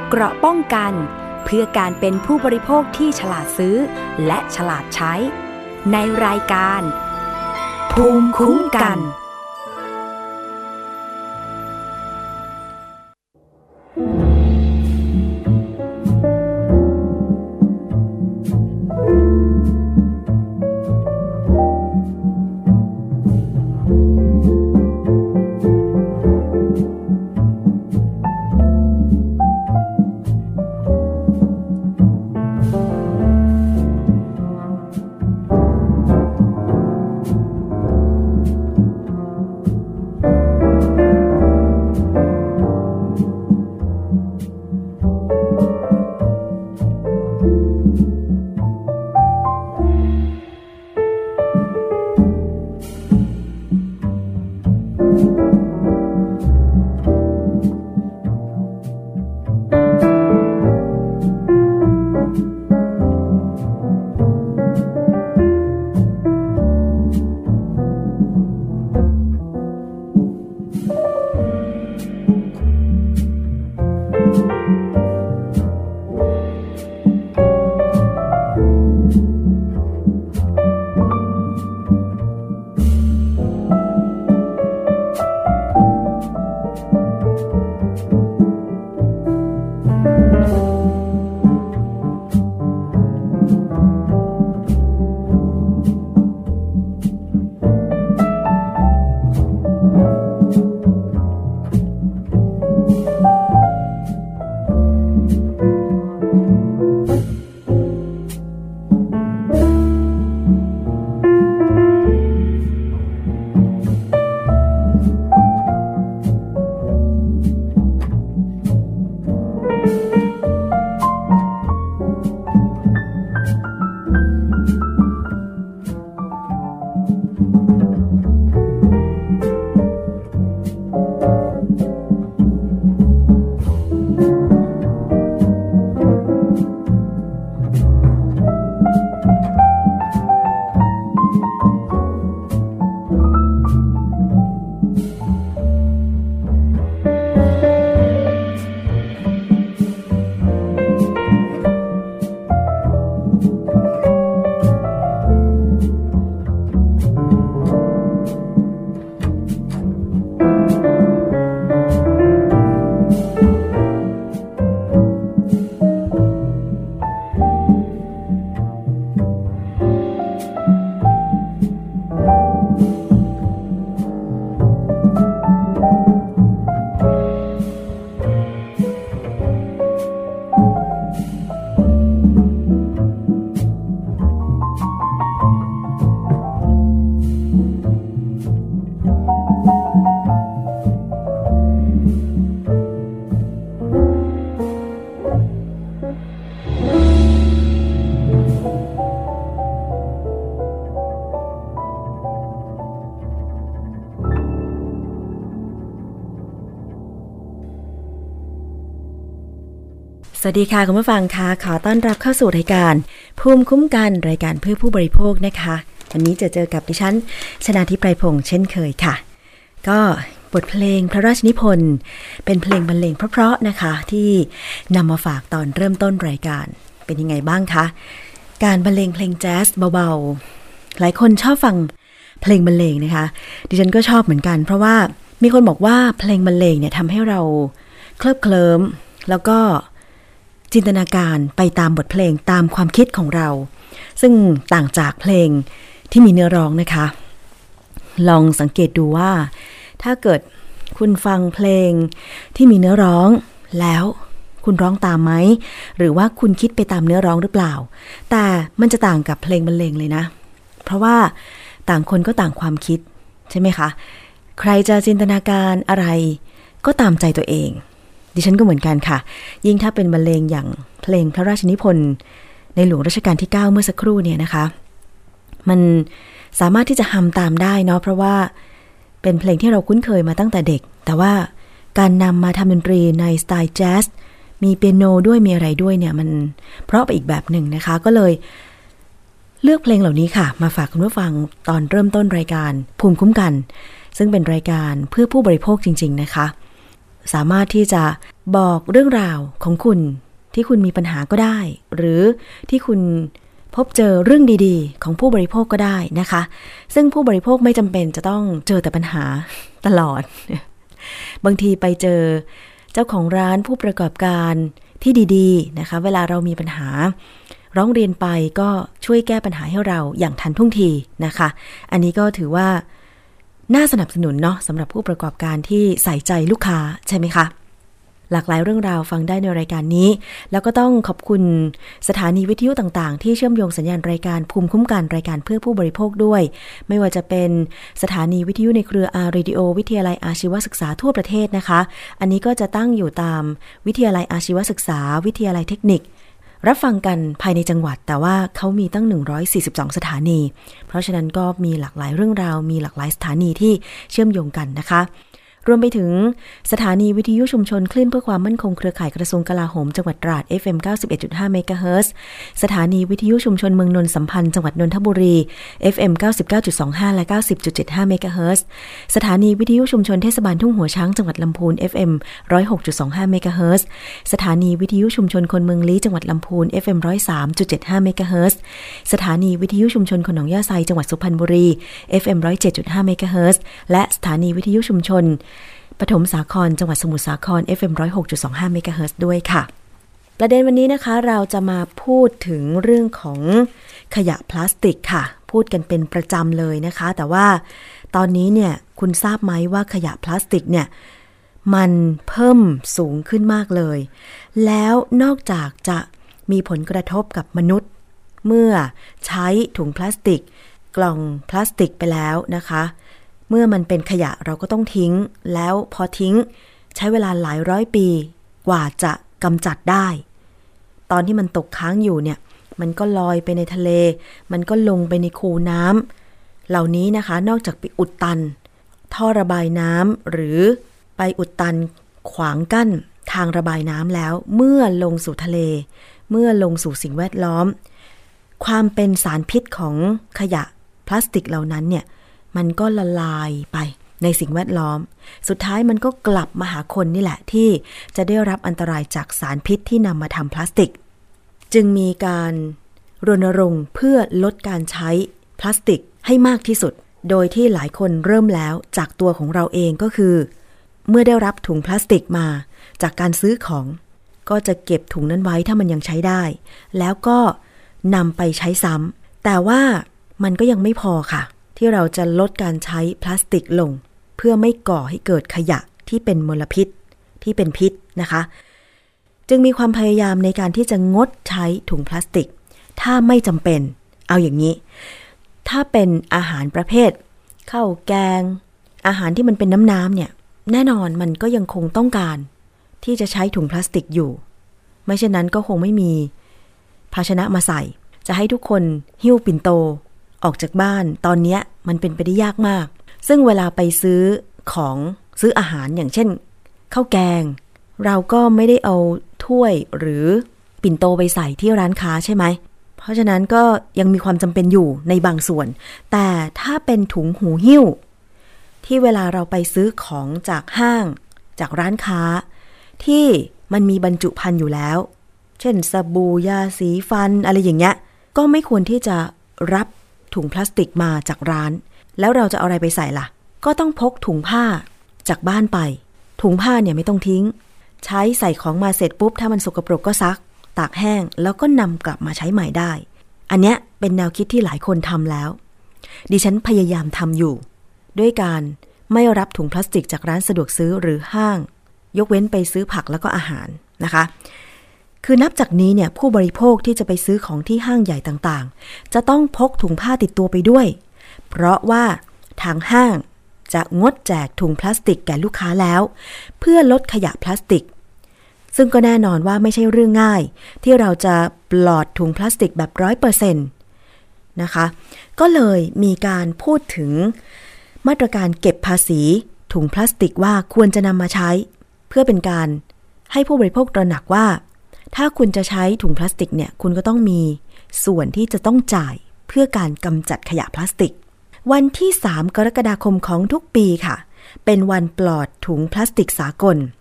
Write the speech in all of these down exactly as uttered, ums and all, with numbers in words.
เกราะป้องกันเพื่อการเป็นผู้บริโภคที่ฉลาดซื้อและฉลาดใช้ในรายการภูมิคุ้มกันสวัสดีค่ะคุณผู้ฟังค่ะขอต้อนรับเข้าสู่รายการภูมิคุ้มกันรายการเพื่อผู้บริโภคนะคะวันนี้จะเจอกับดิฉันชนาธิป ไพรพงษ์เช่นเคยค่ะก็บทเพลงพระราชนิพนธ์เป็นเพลงบรรเลงเพราะๆนะคะที่นำมาฝากตอนเริ่มต้นรายการเป็นยังไงบ้างคะการบรรเลงเพลงแจ๊สเบาๆหลายคนชอบฟังเพลงบรรเลงนะคะดิฉันก็ชอบเหมือนกันเพราะว่ามีคนบอกว่าเพลงบรรเลงเนี่ยทำให้เราเคลิบเคลิ้มแล้วก็จินตนาการไปตามบทเพลงตามความคิดของเราซึ่งต่างจากเพลงที่มีเนื้อร้องนะคะลองสังเกตดูว่าถ้าเกิดคุณฟังเพลงที่มีเนื้อร้องแล้วคุณร้องตามไหมหรือว่าคุณคิดไปตามเนื้อร้องหรือเปล่าแต่มันจะต่างกับเพลงบรรเลงเลยนะเพราะว่าต่างคนก็ต่างความคิดใช่ไหมคะใครจะจินตนาการอะไรก็ตามใจตัวเองดิฉันก็เหมือนกันค่ะยิ่งถ้าเป็นบรรเลงอย่างเพลงพระราชนิพนธ์ในหลวงรัชกาลที่เก้าเมื่อสักครู่เนี่ยนะคะมันสามารถที่จะฮัมตามได้เนาะเพราะว่าเป็นเพลงที่เราคุ้นเคยมาตั้งแต่เด็กแต่ว่าการนำมาทำดนตรีในสไตล์แจ๊สมีเปียโนด้วยมีอะไรด้วยเนี่ยมันเพราะไปอีกแบบหนึ่งนะคะก็เลยเลือกเพลงเหล่านี้ค่ะมาฝากคุณผู้ฟังตอนเริ่มต้นรายการภูมิคุ้มกันซึ่งเป็นรายการเพื่อผู้บริโภคจริงๆนะคะสามารถที่จะบอกเรื่องราวของคุณที่คุณมีปัญหาก็ได้หรือที่คุณพบเจอเรื่องดีๆของผู้บริโภคก็ได้นะคะซึ่งผู้บริโภคไม่จำเป็นจะต้องเจอแต่ปัญหาตลอด บางทีไปเจอเจ้าของร้านผู้ประกอบการที่ดีๆนะคะเวลาเรามีปัญหาร้องเรียนไปก็ช่วยแก้ปัญหาให้เราอย่างทันท่วงทีนะคะอันนี้ก็ถือว่าน่าสนับสนุนเนาะสำหรับผู้ประกอบการที่ใส่ใจลูกค้าใช่ไหมคะหลากหลายเรื่องราวฟังได้ในรายการนี้แล้วก็ต้องขอบคุณสถานีวิทยุต่างๆที่เชื่อมโยงสัญญาณรายการภูมิคุ้มกันรายการเพื่อผู้บริโภคด้วยไม่ว่าจะเป็นสถานีวิทยุในเครือ อาร์ Radio วิทยาลัยอาชีวศึกษาทั่วประเทศนะคะอันนี้ก็จะตั้งอยู่ตามวิทยาลัยอาชีวศึกษาวิทยาลัยเทคนิครับฟังกันภายในจังหวัดแต่ว่าเขามีตั้งหนึ่งร้อยสี่สิบสองสถานีเพราะฉะนั้นก็มีหลากหลายเรื่องราวมีหลากหลายสถานีที่เชื่อมโยงกันนะคะรวมไปถึงสถานีวิทยุชุมชนคลื่นเพื่อความมั่นคงเครือข่ายกระทรวงกลาโหมจังหวัดตราด เอฟ เอ็ม เก้าสิบเอ็ดจุดห้า เมกะเฮิรตซ์สถานีวิทยุชุมชนเมืองนนท์สัมพันธ์จังหวัดนนทบุรี เอฟ เอ็ม เก้าสิบเก้าจุดสองห้า และ เก้าสิบจุดเจ็ดห้า เมกะเฮิรตซ์สถานีวิทยุชุมชนเทศบาลทุ่งหัวช้างจังหวัดลำพูน เอฟ เอ็ม หนึ่งร้อยหกจุดสองห้า เมกะเฮิรตซ์สถานีวิทยุชุมชนคนเมืองลี้จังหวัดลำพูน เอฟ เอ็ม หนึ่งร้อยสามจุดเจ็ดห้า เมกะเฮิรตซ์สถานีวิทยุชุมชนคนหนองย่าไซจังหวัดสุพรรณบุรี เอฟ เอ็ม หนึ่งร้อยเจ็ดจุดห้า เมกะเฮิรตซ์และสถานีวิทยุชุมชนปฐมสาครจังหวัดสมุทรสาคร เอฟ เอ็ม หนึ่งร้อยหกจุดสองห้า เมกะเฮิรตซ์ด้วยค่ะประเด็นวันนี้นะคะเราจะมาพูดถึงเรื่องของขยะพลาสติกค่ะพูดกันเป็นประจำเลยนะคะแต่ว่าตอนนี้เนี่ยคุณทราบไหมว่าขยะพลาสติกเนี่ยมันเพิ่มสูงขึ้นมากเลยแล้วนอกจากจะมีผลกระทบกับมนุษย์เมื่อใช้ถุงพลาสติกกล่องพลาสติกไปแล้วนะคะเมื่อมันเป็นขยะเราก็ต้องทิ้งแล้วพอทิ้งใช้เวลาหลายร้อยปีกว่าจะกำจัดได้ตอนที่มันตกค้างอยู่เนี่ยมันก็ลอยไปในทะเลมันก็ลงไปในคูน้ำเหล่านี้นะคะนอกจากไปอุดตันท่อระบายน้ำหรือไปอุดตันขวางกั้นทางระบายน้ำแล้วเมื่อลงสู่ทะเลเมื่อลงสู่สิ่งแวดล้อมความเป็นสารพิษของขยะพลาสติกเหล่านั้นเนี่ยมันก็ละลายไปในสิ่งแวดล้อมสุดท้ายมันก็กลับมาหาคนนี่แหละที่จะได้รับอันตรายจากสารพิษที่นำมาทำพลาสติกจึงมีการรณรงค์เพื่อลดการใช้พลาสติกให้มากที่สุดโดยที่หลายคนเริ่มแล้วจากตัวของเราเองก็คือเมื่อได้รับถุงพลาสติกมาจากการซื้อของก็จะเก็บถุงนั้นไว้ถ้ามันยังใช้ได้แล้วก็นำไปใช้ซ้ำแต่ว่ามันก็ยังไม่พอค่ะที่เราจะลดการใช้พลาสติกลงเพื่อไม่ก่อให้เกิดขยะที่เป็นมลพิษที่เป็นพิษนะคะจึงมีความพยายามในการที่จะงดใช้ถุงพลาสติกถ้าไม่จำเป็นเอาอย่างนี้ถ้าเป็นอาหารประเภทข้าวแกงอาหารที่มันเป็นน้ำน้ำเนี่ยแน่นอนมันก็ยังคงต้องการที่จะใช้ถุงพลาสติกอยู่ไม่เช่นนั้นก็คงไม่มีภาชนะมาใส่จะให้ทุกคนหิ้วปิ่นโตออกจากบ้านตอนนี้มันเป็นไปได้ยากมากซึ่งเวลาไปซื้อของซื้ออาหารอย่างเช่นข้าวแกงเราก็ไม่ได้เอาถ้วยหรือปิ่นโตไปใส่ที่ร้านค้าใช่ไหมเพราะฉะนั้นก็ยังมีความจำเป็นอยู่ในบางส่วนแต่ถ้าเป็นถุงหูหิ้วที่เวลาเราไปซื้อของจากห้างจากร้านค้าที่มันมีบรรจุภัณฑ์อยู่แล้วเช่นสบู่ยาสีฟันอะไรอย่างเงี้ยก็ไม่ควรที่จะรับถุงพลาสติกมาจากร้านแล้วเราจะเอาอะไรไปใส่ล่ะก็ต้องพกถุงผ้าจากบ้านไปถุงผ้าเนี่ยไม่ต้องทิ้งใช้ใส่ของมาเสร็จปุ๊บถ้ามันสกปรกก็ซักตากแห้งแล้วก็นำกลับมาใช้ใหม่ได้อันเนี้ยเป็นแนวคิดที่หลายคนทำแล้วดิฉันพยายามทำอยู่ด้วยการไม่รับถุงพลาสติกจากร้านสะดวกซื้อหรือห้างยกเว้นไปซื้อผักแล้วก็อาหารนะคะคือนับจากนี้เนี่ยผู้บริโภคที่จะไปซื้อของที่ห้างใหญ่ต่างๆจะต้องพกถุงผ้าติดตัวไปด้วยเพราะว่าทางห้างจะงดแจกถุงพลาสติกแก่ลูกค้าแล้วเพื่อลดขยะพลาสติกซึ่งก็แน่นอนว่าไม่ใช่เรื่องง่ายที่เราจะปลอดถุงพลาสติกแบบ ร้อยเปอร์เซ็นต์ นะคะก็เลยมีการพูดถึงมาตรการเก็บภาษีถุงพลาสติกว่าควรจะนำมาใช้เพื่อเป็นการให้ผู้บริโภคตระหนักว่าถ้าคุณจะใช้ถุงพลาสติกเนี่ยคุณก็ต้องมีส่วนที่จะต้องจ่ายเพื่อการกำจัดขยะพลาสติกวันที่สามกรกฎาคมของทุกปีค่ะเป็นวันปลอดถุงพลาสติกสากล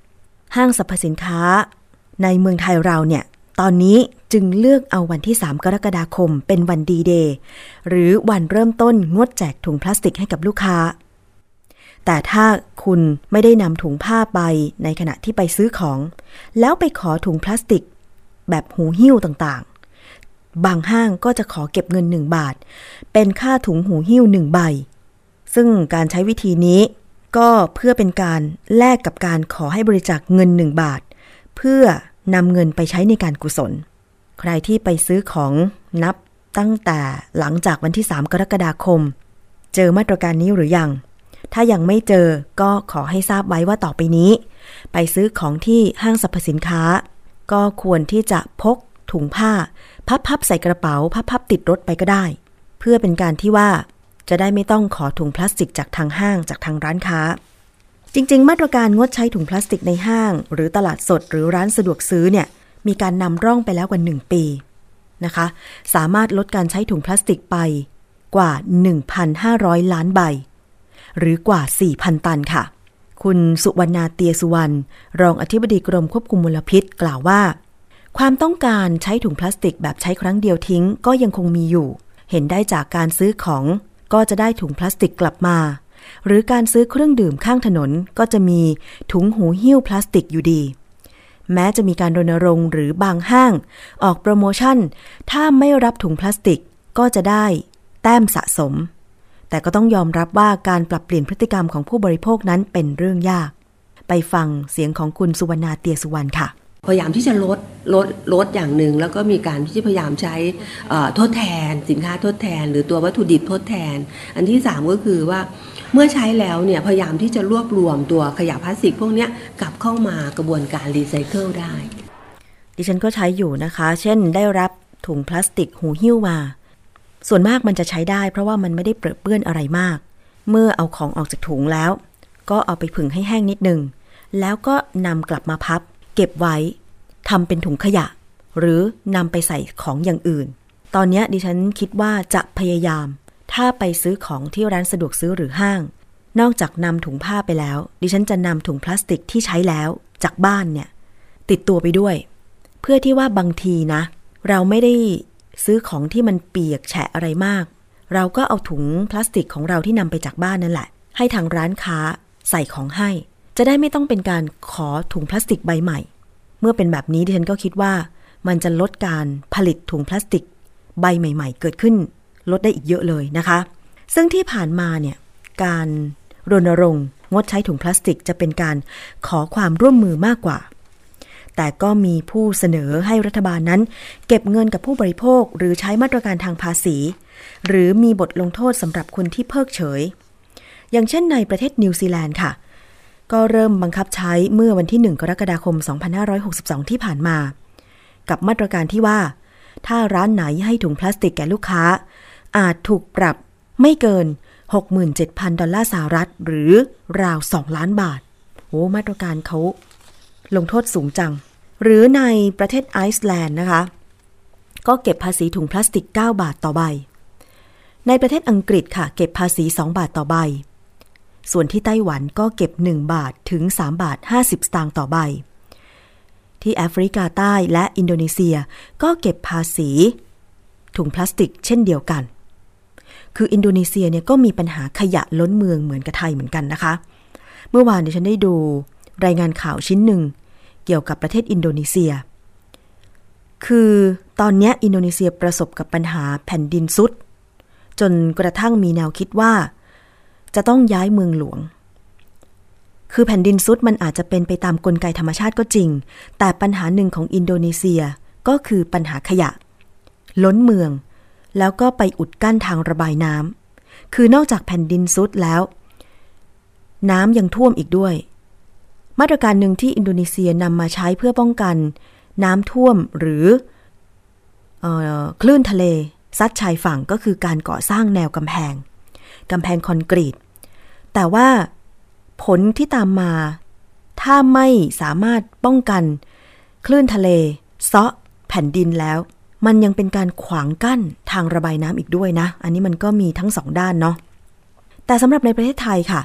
ห้างสรรพสินค้าในเมืองไทยเราเนี่ยตอนนี้จึงเลือกเอาวันที่สามกรกฎาคมเป็นวันดีเดย์หรือวันเริ่มต้นงดแจกถุงพลาสติกให้กับลูกค้าแต่ถ้าคุณไม่ได้นำถุงผ้าไปในขณะที่ไปซื้อของแล้วไปขอถุงพลาสติกแบบหูหิ้วต่างๆบางห้างก็จะขอเก็บเงินหนึ่งบาทเป็นค่าถุงหูหิ้วหนึ่งใบซึ่งการใช้วิธีนี้ก็เพื่อเป็นการแลกกับการขอให้บริจาคเงินหนึ่งบาทเพื่อนำเงินไปใช้ในการกุศลใครที่ไปซื้อของนับตั้งแต่หลังจากวันที่สามกรกฎาคมเจอมาตรการนี้หรือยังถ้ายังไม่เจอก็ขอให้ทราบไว้ว่าต่อไปนี้ไปซื้อของที่ห้างสรรพสินค้าก็ควรที่จะพกถุงผ้าพับๆใส่กระเป๋าพับๆติดรถไปก็ได้เพื่อเป็นการที่ว่าจะได้ไม่ต้องขอถุงพลาสติกจากทางห้างจากทางร้านค้าจริงๆมาตรการงดใช้ถุงพลาสติกในห้างหรือตลาดสดหรือร้านสะดวกซื้อเนี่ยมีการนำร่องไปแล้วกว่าหนึ่งปีนะคะสามารถลดการใช้ถุงพลาสติกไปกว่า หนึ่งพันห้าร้อย ล้านใบหรือกว่า สี่พัน ตันค่ะคุณสุวรรณาเตียสุวรรณรองอธิบดีกรมควบคุมมลพิษกล่าวว่าความต้องการใช้ถุงพลาสติกแบบใช้ครั้งเดียวทิ้งก็ยังคงมีอยู่เห็นได้จากการซื้อของก็จะได้ถุงพลาสติกกลับมาหรือการซื้อเครื่องดื่มข้างถนนก็จะมีถุงหูหิ้วพลาสติกอยู่ดีแม้จะมีการรณรงค์หรือบางห้างออกโปรโมชั่นถ้าไม่รับถุงพลาสติกก็จะได้แต้มสะสมแต่ก็ต้องยอมรับว่าการปรับเปลี่ยนพฤติกรรมของผู้บริโภคนั้นเป็นเรื่องยากไปฟังเสียงของคุณสุวรรณาเตียสุวรรณค่ะพยายามที่จะลดลดลดอย่างหนึ่งแล้วก็มีการที่พยายามใช้ทดแทนสินค้าทดแทนหรือตัววัตถุดิบทดแทนอันที่สามก็คือว่าเมื่อใช้แล้วเนี่ยพยายามที่จะรวบรวมตัวขยะพลาสติกพวกนี้กลับเข้ามากระบวนการรีไซเคิลได้ดิฉันก็ใช้อยู่นะคะเช่นได้รับถุงพลาสติกหูหิ้วมาส่วนมากมันจะใช้ได้เพราะว่ามันไม่ได้เปรอะเปื้อนอะไรมากเมื่อเอาของออกจากถุงแล้วก็เอาไปผึ่งให้แห้งนิดนึงแล้วก็นำกลับมาพับเก็บไว้ทำเป็นถุงขยะหรือนำไปใส่ของอย่างอื่นตอนนี้ดิฉันคิดว่าจะพยายามถ้าไปซื้อของที่ร้านสะดวกซื้อหรือห้างนอกจากนำถุงผ้าไปแล้วดิฉันจะนำถุงพลาสติกที่ใช้แล้วจากบ้านเนี่ยติดตัวไปด้วยเพื่อที่ว่าบางทีนะเราไม่ได้ซื้อของที่มันเปียกแฉะอะไรมากเราก็เอาถุงพลาสติกของเราที่นำไปจากบ้านนั่นแหละให้ทางร้านค้าใส่ของให้จะได้ไม่ต้องเป็นการขอถุงพลาสติกใบใหม่เมื่อเป็นแบบนี้ดิฉันก็คิดว่ามันจะลดการผลิตถุงพลาสติกใบใหม่ๆเกิดขึ้นลดได้อีกเยอะเลยนะคะซึ่งที่ผ่านมาเนี่ยการรณรงค์งดใช้ถุงพลาสติกจะเป็นการขอความร่วมมือมากกว่าแต่ก็มีผู้เสนอให้รัฐบาลนั้นเก็บเงินกับผู้บริโภคหรือใช้มาตรการทางภาษีหรือมีบทลงโทษสำหรับคนที่เพิกเฉยอย่างเช่นในประเทศนิวซีแลนด์ค่ะก็เริ่มบังคับใช้เมื่อวันที่หนึ่งกรกฎาคมสองพันห้าร้อยหกสิบสองที่ผ่านมากับมาตรการที่ว่าถ้าร้านไหนให้ถุงพลาสติกแก่ลูกค้าอาจถูกปรับไม่เกิน หกหมื่นเจ็ดพัน ดอลลาร์สหรัฐหรือราวสองล้านบาทโอ้มาตรการเขาลงโทษสูงจังหรือในประเทศไอซ์แลนด์นะคะก็เก็บภาษีถุงพลาสติกเก้าบาทต่อใบในประเทศอังกฤษค่ะเก็บภาษีสองบาทต่อใบส่วนที่ไต้หวันก็เก็บหนึ่งบาทถึงสามบาทห้าสิบสตางค์ต่อใบที่แอฟริกาใต้และอินโดนีเซียก็เก็บภาษีถุงพลาสติกเช่นเดียวกันคืออินโดนีเซียเนี่ยก็มีปัญหาขยะล้นเมืองเหมือนกับไทยเหมือนกันนะคะเมื่อวานดิฉันได้ดูรายงานข่าวชิ้นหนึ่งเกี่ยวกับประเทศอินโดนีเซียคือตอนนี้อินโดนีเซียประสบกับปัญหาแผ่นดินทรุดจนกระทั่งมีแนวคิดว่าจะต้องย้ายเมืองหลวงคือแผ่นดินทรุดมันอาจจะเป็นไปตามกลไกธรรมชาติก็จริงแต่ปัญหาหนึ่งของอินโดนีเซียก็คือปัญหาขยะล้นเมืองแล้วก็ไปอุดกั้นทางระบายน้ำคือนอกจากแผ่นดินทรุดแล้วน้ำยังท่วมอีกด้วยมาตรการหนึ่งที่อินโดนีเซียนำมาใช้เพื่อป้องกันน้ำท่วมหรือเอ่อคลื่นทะเลซัดชายฝั่งก็คือการก่อสร้างแนวกำแพงกำแพงคอนกรีตแต่ว่าผลที่ตามมาถ้าไม่สามารถป้องกันคลื่นทะเลเซาะแผ่นดินแล้วมันยังเป็นการขวางกั้นทางระบายน้ำอีกด้วยนะอันนี้มันก็มีทั้งสองด้านเนาะแต่สำหรับในประเทศไทยค่ะ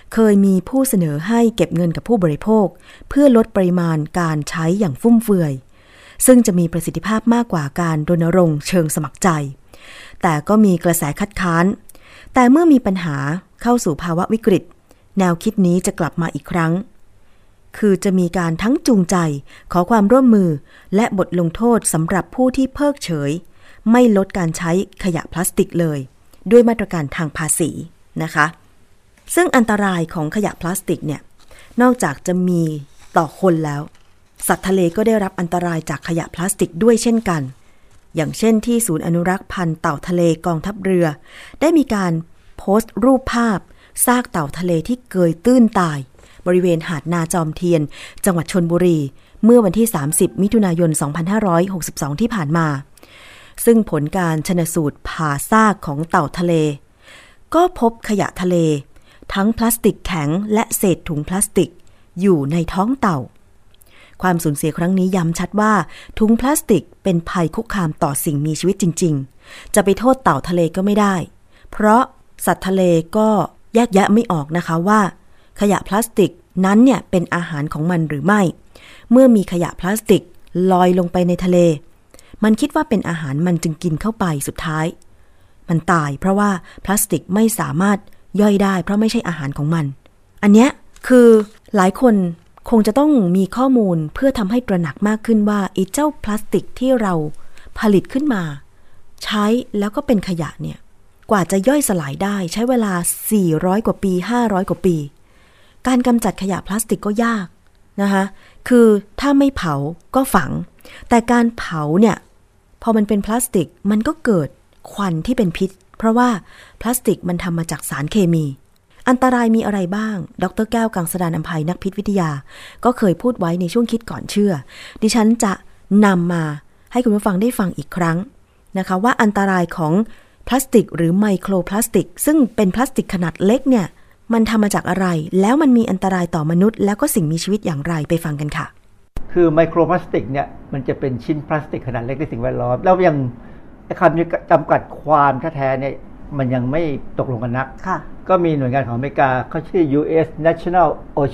เคยมีผู้เสนอให้เก็บเงินกับผู้บริโภคเพื่อลดปริมาณการใช้อย่างฟุ่มเฟือยซึ่งจะมีประสิทธิภาพมากกว่าการรณรงค์เชิงสมัครใจแต่ก็มีกระแสคัดค้านแต่เมื่อมีปัญหาเข้าสู่ภาวะวิกฤตแนวคิดนี้จะกลับมาอีกครั้งคือจะมีการทั้งจูงใจขอความร่วมมือและบทลงโทษสำหรับผู้ที่เพิกเฉยไม่ลดการใช้ขยะพลาสติกเลยด้วยมาตรการทางภาษีนะคะซึ่งอันตรายของขยะพลาสติกเนี่ยนอกจากจะมีต่อคนแล้วสัตว์ทะเลก็ได้รับอันตรายจากขยะพลาสติกด้วยเช่นกันอย่างเช่นที่ศูนย์อนุรักษ์พันธุ์เต่าทะเลกองทัพเรือได้มีการโพสต์รูปภาพซากเต่าทะเลที่เกยตื้นตายบริเวณหาดนาจอมเทียนจังหวัดชลบุรีเมื่อวันที่สามสิบมิถุนายนสองพันห้าร้อยหกสิบสองที่ผ่านมาซึ่งผลการชันสูตรผ่าซากของเต่าทะเลก็พบขยะทะเลทั้งพลาสติกแข็งและเศษถุงพลาสติกอยู่ในท้องเต่าความสูญเสียครั้งนี้ย้ำชัดว่าถุงพลาสติกเป็นภัยคุกคามต่อสิ่งมีชีวิตจริงๆจะไปโทษเต่าทะเลก็ไม่ได้เพราะสัตว์ทะเลก็แยกแยะไม่ออกนะคะว่าขยะพลาสติกนั้นเนี่ยเป็นอาหารของมันหรือไม่เมื่อมีขยะพลาสติกลอยลงไปในทะเลมันคิดว่าเป็นอาหารมันจึงกินเข้าไปสุดท้ายมันตายเพราะว่าพลาสติกไม่สามารถย่อยได้เพราะไม่ใช่อาหารของมันอันเนี้ยคือหลายคนคงจะต้องมีข้อมูลเพื่อทำให้ตระหนักมากขึ้นว่าไอ้เจ้าพลาสติกที่เราผลิตขึ้นมาใช้แล้วก็เป็นขยะเนี่ยกว่าจะย่อยสลายได้ใช้เวลาสี่ร้อยกว่าปีห้าร้อยกว่าปีการกำจัดขยะพลาสติกก็ยากนะคะคือถ้าไม่เผาก็ฝังแต่การเผาเนี่ยพอมันเป็นพลาสติกมันก็เกิดควันที่เป็นพิษเพราะว่าพลาสติกมันทำมาจากสารเคมีอันตรายมีอะไรบ้างดร.แก้วกังสดาลอำไพนักพิษวิทยาก็เคยพูดไว้ในช่วงคิดก่อนเชื่อดิฉันจะนำมาให้คุณผู้ฟังได้ฟังอีกครั้งนะคะว่าอันตรายของพลาสติกหรือไมโครพลาสติกซึ่งเป็นพลาสติกขนาดเล็กเนี่ยมันทำมาจากอะไรแล้วมันมีอันตรายต่อมนุษย์แล้วก็สิ่งมีชีวิตอย่างไรไปฟังกันค่ะคือไมโครพลาสติกเนี่ยมันจะเป็นชิ้นพลาสติกขนาดเล็กในสิ่งแวดล้อมแล้วยังคำจำกัดความแท้ๆเนี่ยมันยังไม่ตกลงกันนักก็มีหน่วยงานของอเมริกาเขาชื่อ ยู เอส National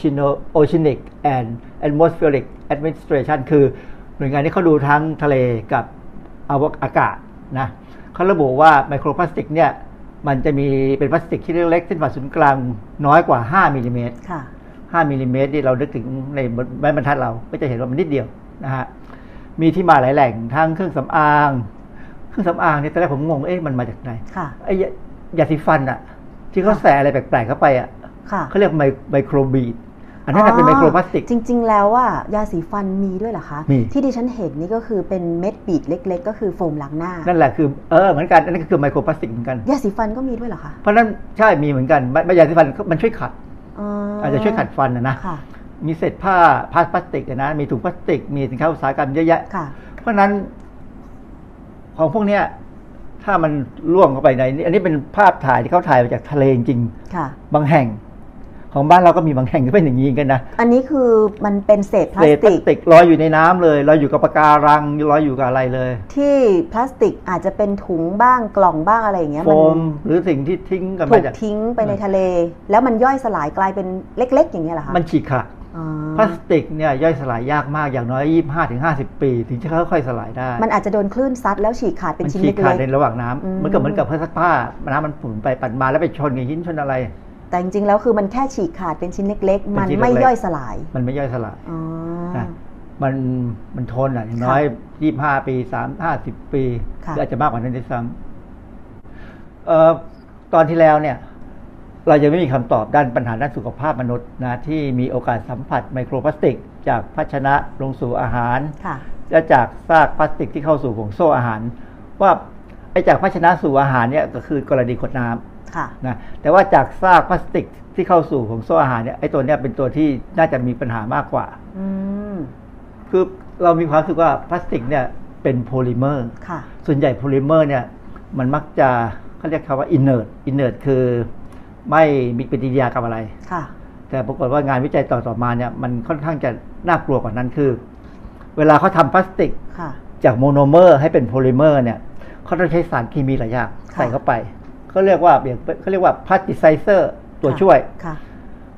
Oceanic and Atmospheric Administration คือหน่วยงานที่เขาดูทั้งทะเลกับอากาศนะเขาระบุว่าไมโครพลาสติกเนี่ยมันจะมีเป็นพลาสติกที่เล็กๆเส้นผ่าศูนย์กลางน้อยกว่าห้ามิลลิเมตรห้ามิลลิเมตรที่เรานึกถึงในไม้บรรทัดเราก็จะเห็นว่ามันนิดเดียวนะฮะมีที่มาหลายแหล่งทั้งเครื่องสำอางเครื่องสำอางเนี่ยตอนแรกผมงงเอ๊ะมันมาจากไหนไอ้ยาสีฟันอะที่เขาแสอะไรแปลกๆเข้าไปอะเขาเรียกไมโครบีดอันนั้นเป็นไมโครพลาสติกจริงๆแล้วอ่ะยาสีฟันมีด้วยเหรอคะที่ดิฉันเห็นนี่ก็คือเป็นเม็ดบีดเล็กๆก็คือโฟมล้างหน้านั่นแหละคือเออเหมือนกันอันนั้นก็คือไมโครพลาสติกเหมือนกันยาสีฟันก็มีด้วยเหรอคะเพราะนั้นใช่มีเหมือนกันไม่ยาสีฟันมันช่วยขัดอาจจะช่วยขัดฟันนะมีเศษผ้าพลาสติกนะมีถุงพลาสติกมีสินค้าอุตสาหกรรมเยอะแยะเพราะนั้นของพวกเนี้ยถ้ามันล่วงเข้าไปในอันนี้เป็นภาพถ่ายที่เขาถ่ายมาจากทะเลจริงๆบางแห่งของบ้านเราก็มีบางแห่งที่เป็นอย่างนี้กันนะอันนี้คือมันเป็นเศษพลาสติกลอยอยู่ในน้ำเลยลอยอยู่กับปะการังลอยอยู่กับอะไรเลยที่พลาสติกอาจจะเป็นถุงบ้างกล่องบ้างอะไรอย่างเงี้ยโฟมหรือสิ่งที่ทิ้งกันมาจากทิ้งไปในทะเลแล้วมันย่อยสลายกลายเป็นเล็กๆอย่างเงี้ยเหรอคะมันฉีกขาดพลาสติกเนี่ยย่อยสลายยากมากอย่างน้อยยี่สิบห้าถึงห้าสิบปีถึงจะค่อยๆสลายได้มันอาจจะโดนคลื่นซัดแล้วฉีกขาดเป็นชิ้นเล็กๆมันฉีกขาดในระหว่างน้ำเหมือนกับเหมือนกับผ้าซักผ้าน้ำมันปุ่นไปปั่นมาแล้วไปชนกับหินชนอะไรแต่จริงๆแล้วคือมันแค่ฉีกขาดเป็นชิ้นเล็กๆมันไม่ย่อยสลายมันไม่ย่อยสลายนะมันมันทนอ่ะอย่างน้อยยี่สิบห้าปีสามห้าสิบปีหรืออาจจะมากกว่านั้นด้วยซ้ำเอ่อตอนที่แล้วเนี่ยเรายังไม่มีคำตอบด้านปัญหาด้านสุขภาพมนุษย์นะที่มีโอกาสสัมผัสไมโครพลาสติกจากภาชนะลงสู่อาหารและจากซากพลาสติกที่เข้าสู่ห่วงโซ่อาหารว่าไอ้จากภาชนะสู่อาหารเนี่ยก็คือกรณีขวดน้ำนะแต่ว่าจากซากพลาสติกที่เข้าสู่ห่วงโซ่อาหารเนี่ยไอ้ตัวเนี้ยเป็นตัวที่น่าจะมีปัญหามากกว่าคือเรามีความรู้สึกว่าพลาสติกเนี่ยเป็นโพลิเมอร์ส่วนใหญ่โพลิเมอร์เนี่ยมันมักจะเขาเรียกคำว่า inert inert คือไม่มีปฏิกิริยากับอะไรแต่ปรากฏว่างานวิจัยต่อๆมาเนี่ยมันค่อนข้างจะน่ากลัวกว่านั้นคือเวลาเขาทำพลาสติกจากโมโนเมอร์ให้เป็นโพลิเมอร์เนี่ยเขาต้องใช้สารเคมีหลายอย่างใส่เข้าไปเขาเรียกว่าเขาเรียกว่าพลาสติไซเซอร์ตัวช่วย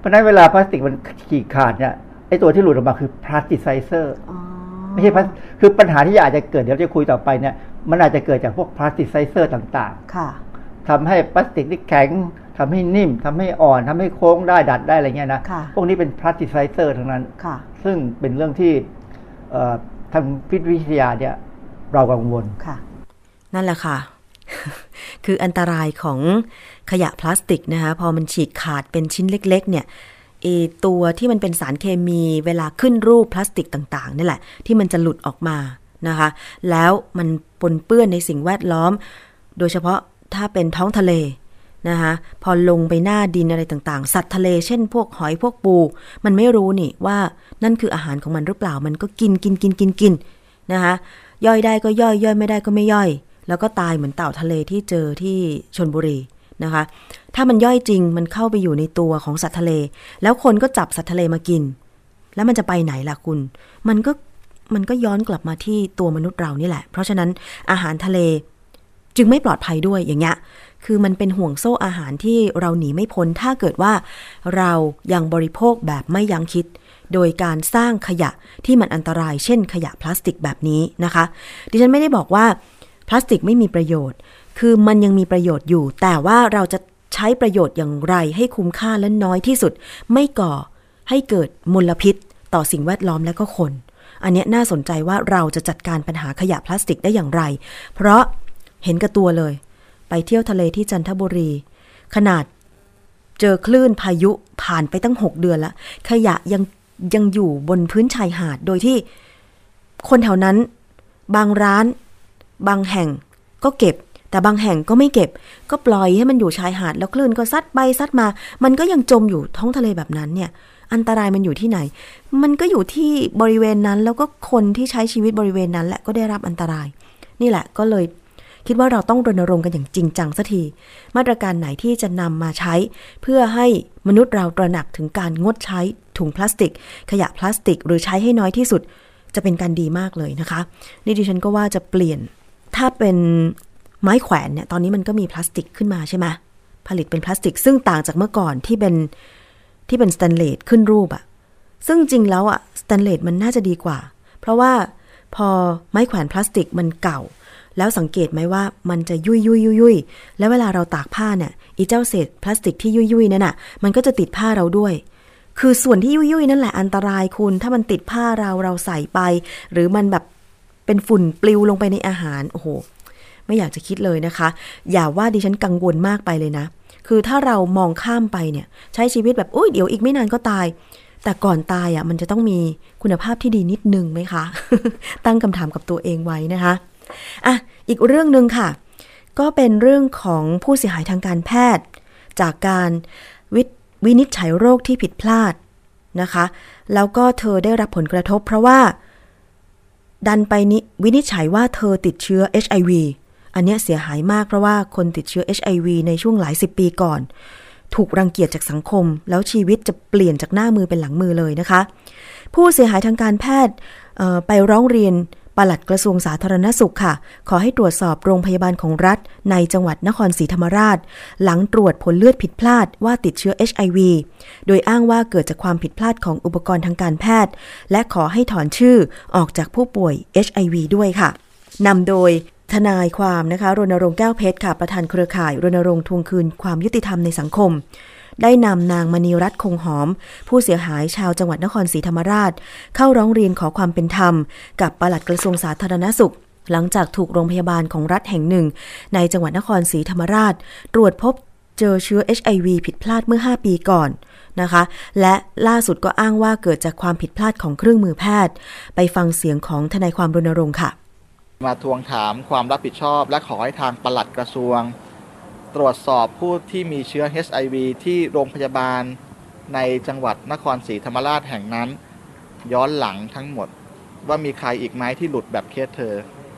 เพราะฉะนั้นเวลาพลาสติกมันฉีกขาดเนี่ยไอ้ตัวที่หลุดออกมาคือพลาสติไซเซอร์ไม่ใช่พลาสคือปัญหาที่อาจจะเกิดเดี๋ยวจะคุยต่อไปเนี่ยมันอาจจะเกิดจากพวกพลาสติไซเซอร์ต่างๆทำให้พลาสติกที่แข็งทำให้นิ่มทำให้อ่อนทำให้โค้งได้ดัดได้อะไรเงี้ยนะพวกนี้เป็นพลาสติไซเซอร์ทั้งนั้นซึ่งเป็นเรื่องที่ทางพิษวิทยาเนี่ยเรากังวลค่ะนั่นแหละค่ะ คืออันตรายของขยะพลาสติกนะคะพอมันฉีกขาดเป็นชิ้นเล็กๆเนี่ยไอตัวที่มันเป็นสารเคมีเวลาขึ้นรูปพลาสติกต่างๆนี่แหละที่มันจะหลุดออกมานะคะแล้วมันปนเปื้อนในสิ่งแวดล้อมโดยเฉพาะถ้าเป็นท้องทะเลนะคะพอลงไปหน้าดินอะไรต่างๆสัตว์ทะเลเช่นพวกหอยพวกปูมันไม่รู้นี่ว่านั่นคืออาหารของมันหรือเปล่ามันก็กินกินกินกินกินนะคะย่อยได้ก็ย่อยย่อยไม่ได้ก็ไม่ย่อยแล้วก็ตายเหมือนเต่าทะเลที่เจอที่ชลบุรีนะคะถ้ามันย่อยจริงมันเข้าไปอยู่ในตัวของสัตว์ทะเลแล้วคนก็จับสัตว์ทะเลมากินแล้วมันจะไปไหนล่ะคุณมันก็มันก็ย้อนกลับมาที่ตัวมนุษย์เรานี่แหละเพราะฉะนั้นอาหารทะเลจึงไม่ปลอดภัยด้วยอย่างเงี้ยคือมันเป็นห่วงโซ่อาหารที่เราหนีไม่พ้นถ้าเกิดว่าเรายังบริโภคแบบไม่ยั้งคิดโดยการสร้างขยะที่มันอันตรายเช่นขยะพลาสติกแบบนี้นะคะดิฉันไม่ได้บอกว่าพลาสติกไม่มีประโยชน์คือมันยังมีประโยชน์อยู่แต่ว่าเราจะใช้ประโยชน์อย่างไรให้คุ้มค่าและน้อยที่สุดไม่ก่อให้เกิดมลพิษต่อสิ่งแวดล้อมและก็คนอันนี้น่าสนใจว่าเราจะจัดการปัญหาขยะพลาสติกได้อย่างไรเพราะเห็นกับตัวเลยไปเที่ยวทะเลที่จันทบุรีขนาดเจอคลื่นพายุผ่านไปตั้งหกเดือนแล้วขยะยังยังอยู่บนพื้นชายหาดโดยที่คนแถวนั้นบางร้านบางแห่งก็เก็บแต่บางแห่งก็ไม่เก็บก็ปล่อยให้มันอยู่ชายหาดแล้วคลื่นก็ซัดไปซัดมามันก็ยังจมอยู่ท้องทะเลแบบนั้นเนี่ยอันตรายมันอยู่ที่ไหนมันก็อยู่ที่บริเวณนั้นแล้วก็คนที่ใช้ชีวิตบริเวณนั้นแหละก็ได้รับอันตรายนี่แหละก็เลยคิดว่าเราต้องรณรงค์กันอย่างจริงจังสักทีมาตรการไหนที่จะนำมาใช้เพื่อให้มนุษย์เราตระหนักถึงการงดใช้ถุงพลาสติกขยะพลาสติกหรือใช้ให้น้อยที่สุดจะเป็นการดีมากเลยนะคะนี่ดิฉันก็ว่าจะเปลี่ยนถ้าเป็นไม้แขวนเนี่ยตอนนี้มันก็มีพลาสติกขึ้นมาใช่ไหมผลิตเป็นพลาสติกซึ่งต่างจากเมื่อก่อนที่เป็นที่เป็นสแตนเลสขึ้นรูปอะซึ่งจริงแล้วอะสแตนเลสมันน่าจะดีกว่าเพราะว่าพอไม้แขวนพลาสติกมันเก่าแล้วสังเกตไหมว่ามันจะยุ่ยยุ่ยยุ่ยยุ่ยแล้วเวลาเราตากผ้าเนี่ยอีเจ้าเศษพลาสติกที่ยุ่ยยุ่ยนั่นน่ะมันก็จะติดผ้าเราด้วยคือส่วนที่ยุ่ยยุ่ยนั่นแหละอันตรายคุณถ้ามันติดผ้าเราเราใส่ไปหรือมันแบบเป็นฝุ่นปลิวลงไปในอาหารโอ้โหไม่อยากจะคิดเลยนะคะอย่าว่าดิฉันกังวลมากไปเลยนะคือถ้าเรามองข้ามไปเนี่ยใช้ชีวิตแบบอุ้ยเดี๋ยวอีกไม่นานก็ตายแต่ก่อนตายอ่ะมันจะต้องมีคุณภาพที่ดีนิดนึงไหมคะ ตั้งคำถามกับตัวเองไว้นะคะอ่ะอีกเรื่องนึงค่ะก็เป็นเรื่องของผู้เสียหายทางการแพทย์จากการวิวินิจฉัยโรคที่ผิดพลาดนะคะแล้วก็เธอได้รับผลกระทบเพราะว่าดันไปนิวินิจฉัยว่าเธอติดเชื้อ เอช ไอ วี อันนี้เสียหายมากเพราะว่าคนติดเชื้อ เอช ไอ วี ในช่วงหลายสิบปีก่อนถูกรังเกียจจากสังคมแล้วชีวิตจะเปลี่ยนจากหน้ามือเป็นหลังมือเลยนะคะผู้เสียหายทางการแพทย์ไปร้องเรียนปลัดกระทรวงสาธารณสุขค่ะขอให้ตรวจสอบโรงพยาบาลของรัฐในจังหวัดนครศรีธรรมราชหลังตรวจผลเลือดผิดพลาดว่าติดเชื้อ เอช ไอ วี โดยอ้างว่าเกิดจากความผิดพลาดของอุปกรณ์ทางการแพทย์และขอให้ถอนชื่อออกจากผู้ป่วย เอช ไอ วี ด้วยค่ะนำโดยทนายความนะคะรณรงค์แก้วเพชรค่ะประธานเครือข่ายรณรงค์ทวงคืนความยุติธรรมในสังคมได้นำนางมณีรัตน์คงหอมผู้เสียหายชาวจังหวัดนครศรีธรรมราชเข้าร้องเรียนขอความเป็นธรรมกับปลัดกระทรวงสาธารณสุขหลังจากถูกโรงพยาบาลของรัฐแห่งหนึ่งในจังหวัดนครศรีธรรมราชตรวจพบเจอเชื้อ เอช ไอ วี ผิดพลาดเมื่อห้าปีก่อนนะคะและล่าสุดก็อ้างว่าเกิดจากความผิดพลาดของเครื่องมือแพทย์ไปฟังเสียงของทนายความรณรงค์ค่ะมาทวงถามความรับผิดชอบและขอให้ทางปลัดกระทรวงตรวจสอบผู้ที่มีเชื้อ เอช ไอ วี ที่โรงพยาบาลในจังหวัดนครศรีธรรมราชแห่งนั้นย้อนหลังทั้งหมดว่ามีใครอีกไหมที่หลุดแบบเคสเธอ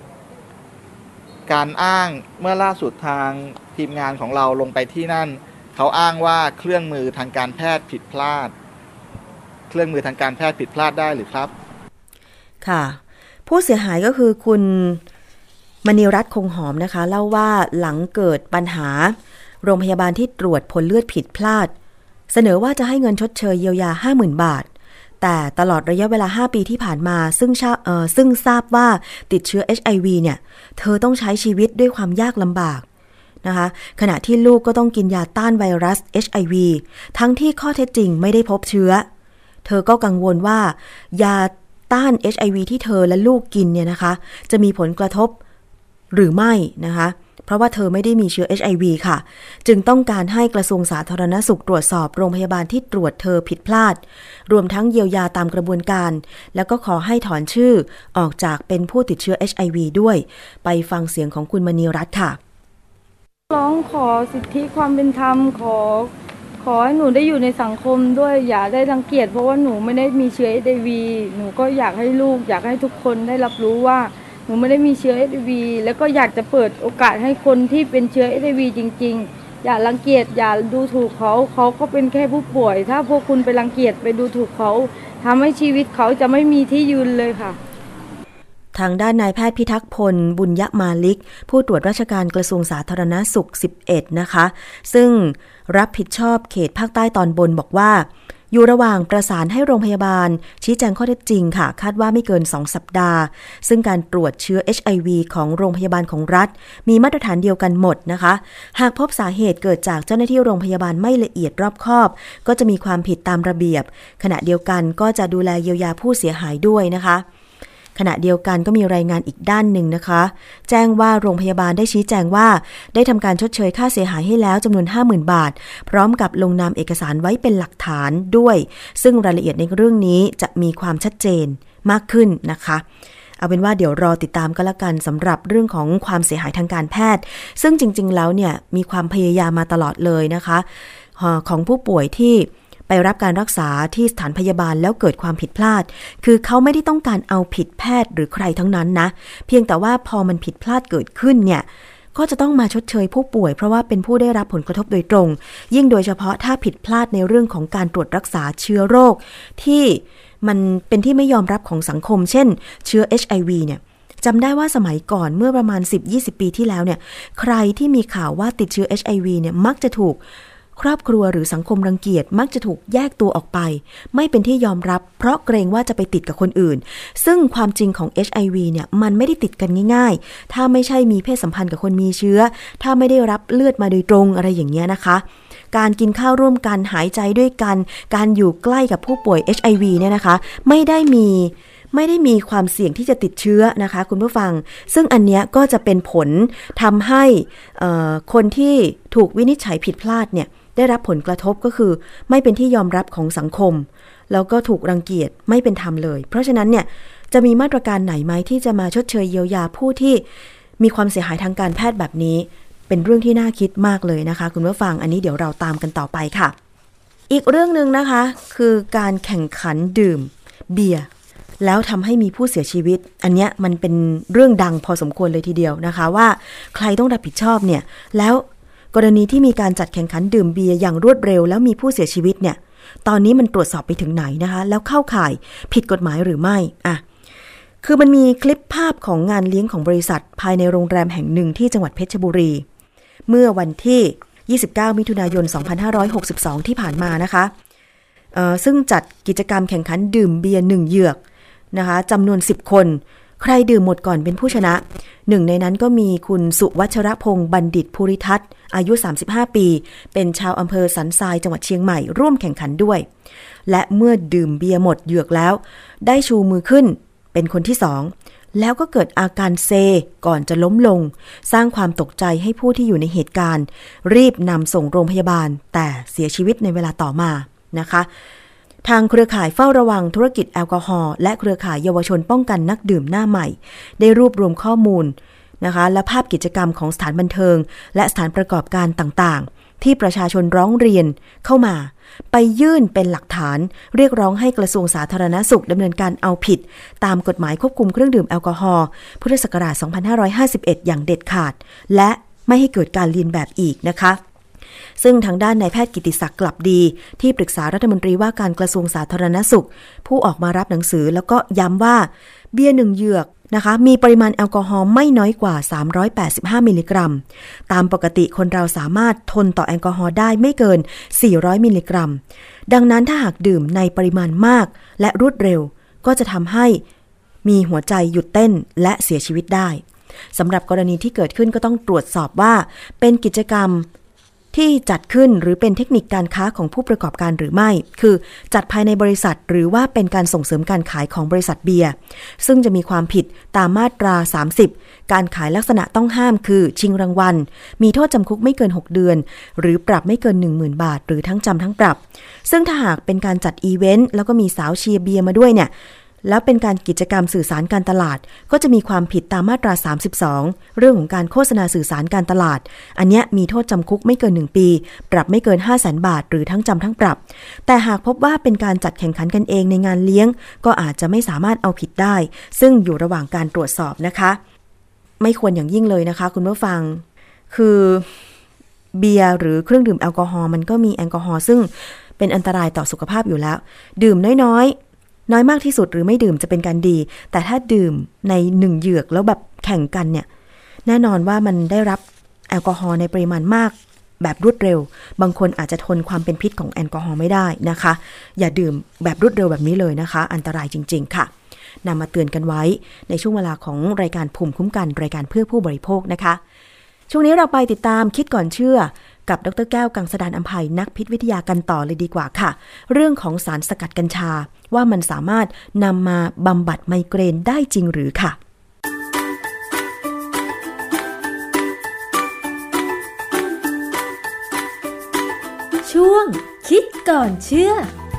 การอ้างเมื่อล่าสุดทางทีมงานของเราลงไปที่นั่นเขาอ้างว่าเครื่องมือทางการแพทย์ผิดพลาดเครื่องมือทางการแพทย์ผิดพลาดได้หรือครับค่ะผู้เสียหายก็คือคุณมณีรัตน์คงหอมนะคะเล่าว่าหลังเกิดปัญหาโรงพยาบาลที่ตรวจผลเลือดผิดพลาดเสนอว่าจะให้เงินชดเชยเยียวยา ห้าหมื่น บาทแต่ตลอดระยะเวลาห้าปีที่ผ่านมาซึ่งเอ่อซึ่งทราบว่าติดเชื้อ เอช ไอ วี เนี่ยเธอต้องใช้ชีวิตด้วยความยากลำบากนะคะขณะที่ลูกก็ต้องกินยาต้านไวรัส เอช ไอ วี ทั้งที่ข้อเท็จจริงไม่ได้พบเชื้อเธอก็กังวลว่ายาต้าน เอช ไอ วี ที่เธอและลูกกินเนี่ยนะคะจะมีผลกระทบหรือไม่นะคะเพราะว่าเธอไม่ได้มีเชื้อ เอช ไอ วี ค่ะจึงต้องการให้กระทรวงสาธารณสุขตรวจสอบโรงพยาบาลที่ตรวจเธอผิดพลาดรวมทั้งเยียวยาตามกระบวนการแล้วก็ขอให้ถอนชื่อออกจากเป็นผู้ติดเชื้อ เอช ไอ วี ด้วยไปฟังเสียงของคุณมณีรัตน์ค่ะร้องขอสิทธิความเป็นธรรมขอขอให้หนูได้อยู่ในสังคมด้วยอย่าได้รังเกียจเพราะว่าหนูไม่ได้มีเชื้อ เอช ไอ วี หนูก็อยากให้ลูกอยากให้ทุกคนได้รับรู้ว่าหนูไม่ได้มีเชื้อ เอช ไอ วี แล้วก็อยากจะเปิดโอกาสให้คนที่เป็นเชื้อ เอช ไอ วี จริงๆอย่ารังเกียจอย่าดูถูกเขาเขาก็เป็นแค่ผู้ป่วยถ้าพวกคุณไปรังเกียจไปดูถูกเขาทำให้ชีวิตเขาจะไม่มีที่ยืนเลยค่ะทางด้านนายแพทย์พิทักษ์พลบุญยมาลิกผู้ตรวจราชการกระทรวงสาธารณสุขสิบเอ็ดนะคะซึ่งรับผิดชอบเขตภาคใต้ตอนบนบอกว่าอยู่ระหว่างประสานให้โรงพยาบาลชี้แจงข้อเท็จจริงค่ะคาดว่าไม่เกินสองสัปดาห์ซึ่งการตรวจเชื้อ เอช ไอ วี ของโรงพยาบาลของรัฐมีมาตรฐานเดียวกันหมดนะคะหากพบสาเหตุเกิดจากเจ้าหน้าที่โรงพยาบาลไม่ละเอียดรอบคอบก็จะมีความผิดตามระเบียบขณะเดียวกันก็จะดูแลเยียวยาผู้เสียหายด้วยนะคะขณะเดียวกันก็มีรายงานอีกด้านหนึ่งนะคะแจ้งว่าโรงพยาบาลได้ชี้แจงว่าได้ทำการชดเชยค่าเสียหายให้แล้วจำนวน ห้าหมื่น บาทพร้อมกับลงนามเอกสารไว้เป็นหลักฐานด้วยซึ่งรายละเอียดในเรื่องนี้จะมีความชัดเจนมากขึ้นนะคะเอาเป็นว่าเดี๋ยวรอติดตามกันละกันสำหรับเรื่องของความเสียหายทางการแพทย์ซึ่งจริงๆแล้วเนี่ยมีความพยายามมาตลอดเลยนะคะของผู้ป่วยที่ไปรับการรักษาที่สถานพยาบาลแล้วเกิดความผิดพลาดคือเขาไม่ได้ต้องการเอาผิดแพทย์หรือใครทั้งนั้นนะเพียงแต่ว่าพอมันผิดพลาดเกิดขึ้นเนี่ยก็จะต้องมาชดเชยผู้ป่วยเพราะว่าเป็นผู้ได้รับผลกระทบโดยตรงยิ่งโดยเฉพาะถ้าผิดพลาดในเรื่องของการตรวจรักษาเชื้อโรคที่มันเป็นที่ไม่ยอมรับของสังคมเช่นเชื้อ เอช ไอ วี เนี่ยจำได้ว่าสมัยก่อนเมื่อประมาณ สิบถึงยี่สิบ ปีที่แล้วเนี่ยใครที่มีข่าวว่าติดเชื้อ เอช ไอ วี เนี่ยมักจะถูกครอบครัวหรือสังคมรังเกียจมักจะถูกแยกตัวออกไปไม่เป็นที่ยอมรับเพราะเกรงว่าจะไปติดกับคนอื่นซึ่งความจริงของ เอช ไอ วี เนี่ยมันไม่ได้ติดกันง่ายๆถ้าไม่ใช่มีเพศสัมพันธ์กับคนมีเชื้อถ้าไม่ได้รับเลือดมาโดยตรงอะไรอย่างเงี้ยนะคะการกินข้าวร่วมกันหายใจด้วยกันการอยู่ใกล้กับผู้ป่วย เอช ไอ วี เนี่ยนะคะไม่ได้มีไม่ได้มีความเสี่ยงที่จะติดเชื้อนะคะคุณผู้ฟังซึ่งอันเนี้ยก็จะเป็นผลทำให้คนที่ถูกวินิจฉัยผิดพลาดเนี่ยได้รับผลกระทบก็คือไม่เป็นที่ยอมรับของสังคมแล้วก็ถูกรังเกียจไม่เป็นธรรมเลยเพราะฉะนั้นเนี่ยจะมีมาตรการไหนไหมที่จะมาชดเชยเยียวยาผู้ที่มีความเสียหายทางการแพทย์แบบนี้เป็นเรื่องที่น่าคิดมากเลยนะคะคุณผู้ฟังอันนี้เดี๋ยวเราตามกันต่อไปค่ะอีกเรื่องนึงนะคะคือการแข่งขันดื่มเบียร์แล้วทำให้มีผู้เสียชีวิตอันเนี้ยมันเป็นเรื่องดังพอสมควรเลยทีเดียวนะคะว่าใครต้องรับผิดชอบเนี่ยแล้วกรณีที่มีการจัดแข่งขันดื่มเบียร์อย่างรวดเร็วแล้วมีผู้เสียชีวิตเนี่ยตอนนี้มันตรวจสอบไปถึงไหนนะคะแล้วเข้าข่ายผิดกฎหมายหรือไม่อ่ะคือมันมีคลิปภาพของงานเลี้ยงของบริษัทภายในโรงแรมแห่งหนึ่งที่จังหวัดเพชรบุรีเมื่อวันที่ยี่สิบเก้ามิถุนายนสองพันห้าร้อยหกสิบสองที่ผ่านมานะคะเอ่อซึ่งจัดกิจกรรมแข่งขันดื่มเบียร์หนึ่งเหยือกนะคะจำนวนสิบคนใครดื่มหมดก่อนเป็นผู้ชนะหนึ่งในนั้นก็มีคุณสุวัชรพงษ์บัณฑิตภูริทัศน์อายุสามสิบห้าปีเป็นชาวอำเภอสันทรายจังหวัดเชียงใหม่ร่วมแข่งขันด้วยและเมื่อดื่มเบียร์หมดเหยือกแล้วได้ชูมือขึ้นเป็นคนที่สองแล้วก็เกิดอาการเซก่อนจะล้มลงสร้างความตกใจให้ผู้ที่อยู่ในเหตุการณ์รีบนำส่งโรงพยาบาลแต่เสียชีวิตในเวลาต่อมานะคะทางเครือข่ายเฝ้าระวังธุรกิจแอลกอฮอล์และเครือข่ายเยาวชนป้องกันนักดื่มหน้าใหม่ได้รวบรวมข้อมูลนะคะและภาพกิจกรรมของสถานบันเทิงและสถานประกอบการต่างๆที่ประชาชนร้องเรียนเข้ามาไปยื่นเป็นหลักฐานเรียกร้องให้กระทรวงสาธารณสุขดำเนินการเอาผิดตามกฎหมายควบคุมเครื่องดื่มแอลกอฮอล์พุทธศักราชสองพันห้าร้อยห้าสิบเอ็ดอย่างเด็ดขาดและไม่ให้เกิดการเลียนแบบอีกนะคะซึ่งทางด้านนายแพทย์กิติศักดิ์กลับดีที่ปรึกษารัฐมนตรีว่าการกระทรวงสาธารณสุขผู้ออกมารับหนังสือแล้วก็ย้ำว่าเบียร์หนึ่งเหยือกนะคะมีปริมาณแอลกอฮอล์ไม่น้อยกว่าสามร้อยแปดสิบห้ามิลลิกรัมตามปกติคนเราสามารถทนต่อแอลกอฮอล์ได้ไม่เกินสี่ร้อยมิลลิกรัมดังนั้นถ้าหากดื่มในปริมาณมากและรวดเร็วก็จะทำให้มีหัวใจหยุดเต้นและเสียชีวิตได้สำหรับกรณีที่เกิดขึ้นก็ต้องตรวจสอบว่าเป็นกิจกรรมที่จัดขึ้นหรือเป็นเทคนิคการค้าของผู้ประกอบการหรือไม่คือจัดภายในบริษัทหรือว่าเป็นการส่งเสริมการขายของบริษัทเบียร์ซึ่งจะมีความผิดตามมาตราสามสิบการขายลักษณะต้องห้ามคือชิงรางวัลมีโทษจำคุกไม่เกินหกเดือนหรือปรับไม่เกิน หนึ่งหมื่น บาทหรือทั้งจำทั้งปรับซึ่งถ้าหากเป็นการจัดอีเวนต์แล้วก็มีสาวเชียร์เบียร์มาด้วยเนี่ยแล้วเป็นการกิจกรรมสื่อสารการตลาดก็จะมีความผิดตามมาตราสามสิบสองเรื่องของการโฆษณาสื่อสารการตลาดอันนี้มีโทษจำคุกไม่เกินหนึ่งปีปรับไม่เกิน ห้าแสน บาทหรือทั้งจำทั้งปรับแต่หากพบว่าเป็นการจัดแข่งขันกันเองในงานเลี้ยงก็อาจจะไม่สามารถเอาผิดได้ซึ่งอยู่ระหว่างการตรวจสอบนะคะไม่ควรอย่างยิ่งเลยนะคะคุณผู้ฟังคือเบียร์หรือเครื่องดื่มแอลกอฮอล์มันก็มีแอลกอฮอล์ซึ่งเป็นอันตรายต่อสุขภาพอยู่แล้วดื่มน้อยๆน้อยมากที่สุดหรือไม่ดื่มจะเป็นการดีแต่ถ้าดื่มในหนึ่งเหยือกแล้วแบบแข่งกันเนี่ยแน่นอนว่ามันได้รับแอลกอฮอล์ในปริมาณมากแบบรวดเร็วบางคนอาจจะทนความเป็นพิษของแอลกอฮอล์ไม่ได้นะคะอย่าดื่มแบบรวดเร็วแบบนี้เลยนะคะอันตรายจริงๆค่ะนำมาเตือนกันไว้ในช่วงเวลาของรายการภูมิคุ้มกันรายการเพื่อผู้บริโภคนะคะช่วงนี้เราไปติดตามคิดก่อนเชื่อกับดร.แก้วกังสดาลอำไพนักพิษวิทยากันต่อเลยดีกว่าค่ะเรื่องของสารสกัดกัญชาว่ามันสามารถนำมาบำบัดไมเกรนได้จริงหรือค่ะช่วงคิดก่อนเชื่อ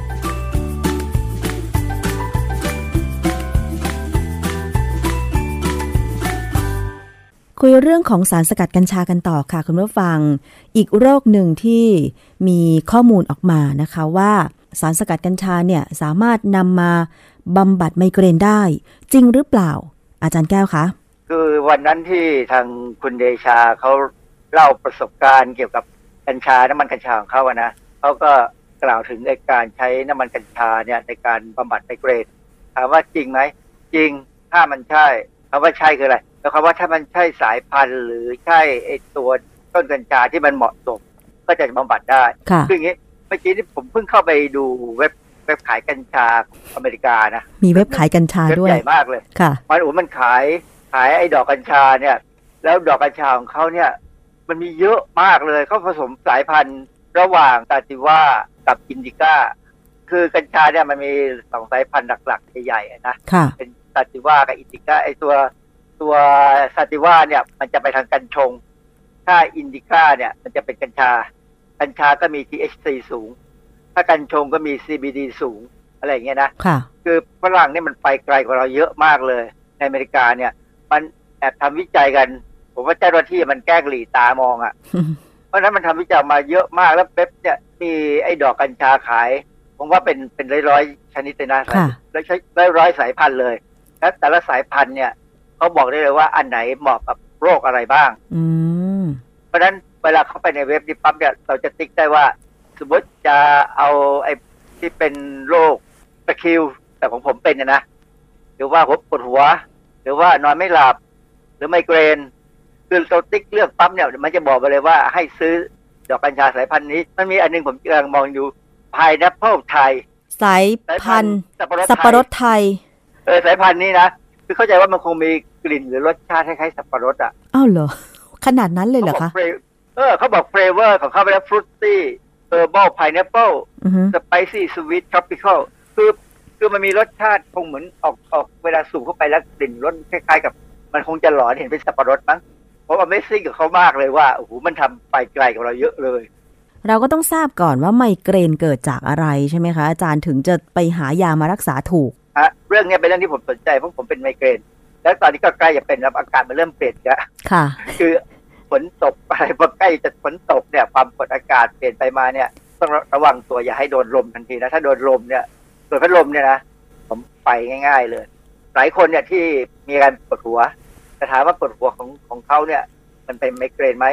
คุยเรื่องของสารสกัดกัญชากันต่อค่ะคุณผู้ฟังอีกโรคหนึ่งที่มีข้อมูลออกมานะคะว่าสารสกัดกัญชาเนี่ยสามารถนำมาบำบัดไมเกรนได้จริงหรือเปล่าอาจารย์แก้วคะคือวันนั้นที่ทางคุณเดชาเขาเล่าประสบการณ์เกี่ยวกับกัญชาน้ำมันกัญชาของเขาอะนะเขาก็กล่าวถึงในการใช้น้ำมันกัญชาเนี่ยในการบำบัดไมเกรนถามว่าจริงไหมจริงถ้ามันใช่คำว่าใช่คืออะไรแล้วคำว่าถ้ามันใช่สายพันธุ์หรือใช่ไอตัวต้นกัญชาที่มันเหมาะสมก็จะบำบัดได้คืออย่างนี้เมื่อกี้ที่ผมเพิ่งเข้าไปดูเว็บเว็บขายกัญชาอเมริกานะมีเว็บขายกัญชาด้วยใหญ่มากเลยค่ะมันโอ้มันขายขายไอ้ดอกกัญชาเนี่ยแล้วดอกกัญชาของเขาเนี่ยมันมีเยอะมากเลยเขาผสมสายพันธุ์ระหว่างซาติว่ากับอินดิก้าคือกัญชาเนี่ยมันมีสองสายพันธุ์หลักๆใหญ่ๆนะเป็นซาติว่ากับอินดิก้าไอ้ตัวตัวซาติว่าเนี่ยมันจะไปทางกัญชงถ้าอินดิก้าเนี่ยมันจะเป็นกัญชากัญชาก็มี ที เอช ซี สูงถ้ากัญชงก็มี ซี บี ดี สูงอะไรอย่างเงี้ยนะคือฝรั่งเนี่ยมันไปไกลกว่าเราเยอะมากเลยในอเมริกาเนี่ยมันแอบทำวิจัยกันผมว่าเจ้าหน้าที่มันแกล้งหลีตามองอ่ะ เพราะนั้นมันทำวิจัยมาเยอะมากแล้วเป๊ปเนี่ยมีไอ้ดอกกัญชาขายผมว่าเป็นเป็นร้อยๆชนิดเลยนะแล้วใช้ร้อยๆสายพันธุ์เลยแล้วแต่ละสายพันธุ์เนี่ยเขาบอกได้เลยว่าอันไหนเหมาะกับโรคอะไรบ้างเพราะฉะนั้นเวลาเข้าไปในเว็บนี้ปั๊บเนี่ยเราจะติ๊กได้ว่าสมมติจะเอาไอ้ที่เป็นโรคตะคริวแต่ของผมเป็นนะหรือว่าหัวปวดหัวหรือว่านอนไม่หลับหรือไมเกรนคือเราติ๊กเลือกปั๊บเนี่ยมันจะบอกไปเลยว่าให้ซื้อดอกกัญชาสายพันธุ์นี้มันมีอันนึงผมกำลังมองอยู่พายแอปเปิลไทยสายพันธุ์สับปะรดไทยเออสายพันธุ์นี้นะคือเข้าใจว่ามันคงมีกลิ่นหรือรสชาติคล้ายๆสับปะรดอ่ะอ้าวเหรอขนาดนั้นเลยเหรอคะเออเขาบอกเฟลเวอร์ของเขาเป็นฟรุตตี้เออร์บอลไพน์แอปเปิลสไปซี่สวีททรอปิคอลคือคือมันมีรสชาติคงเหมือนออกออกเวลาสูบเข้าไปแล้วกลิ่นรสคล้ายๆกับมันคงจะหลอนเห็นเป็นสับปะรดมั้งเพราะว่า Amazing กับเขามากเลยว่าโอ้โหมันทำไปไกลกับเราเยอะเลยเราก็ต้องทราบก่อนว่าไมเกรนเกิดจากอะไรใช่ไหมคะอาจารย์ถึงจะไปหายามารักษาถูกฮะเรื่องนี้เป็นเรื่องที่ผมสนใจเพราะผมเป็นไมเกรนแล้วตอนนี้ก็ใกล้จะเป็นแล้วอากาศมันเริ่มเปลี่ยนแล้วค่ะคือฝนตกอะไรพอใกล้จะฝนตกเนี่ยความกดอากาศเปลี่ยนไปมาเนี่ยต้องระวังตัวอย่าให้โดนลมทันทีนะถ้าโดนลมเนี่ยโดนพัดลมเนี่ยนะผมไปง่ายๆเลยหลายคนเนี่ยที่มีอาการปวดหัวแต่ถามว่าปวดหัวของของเขาเนี่ยมันเป็นไมเกรนไหม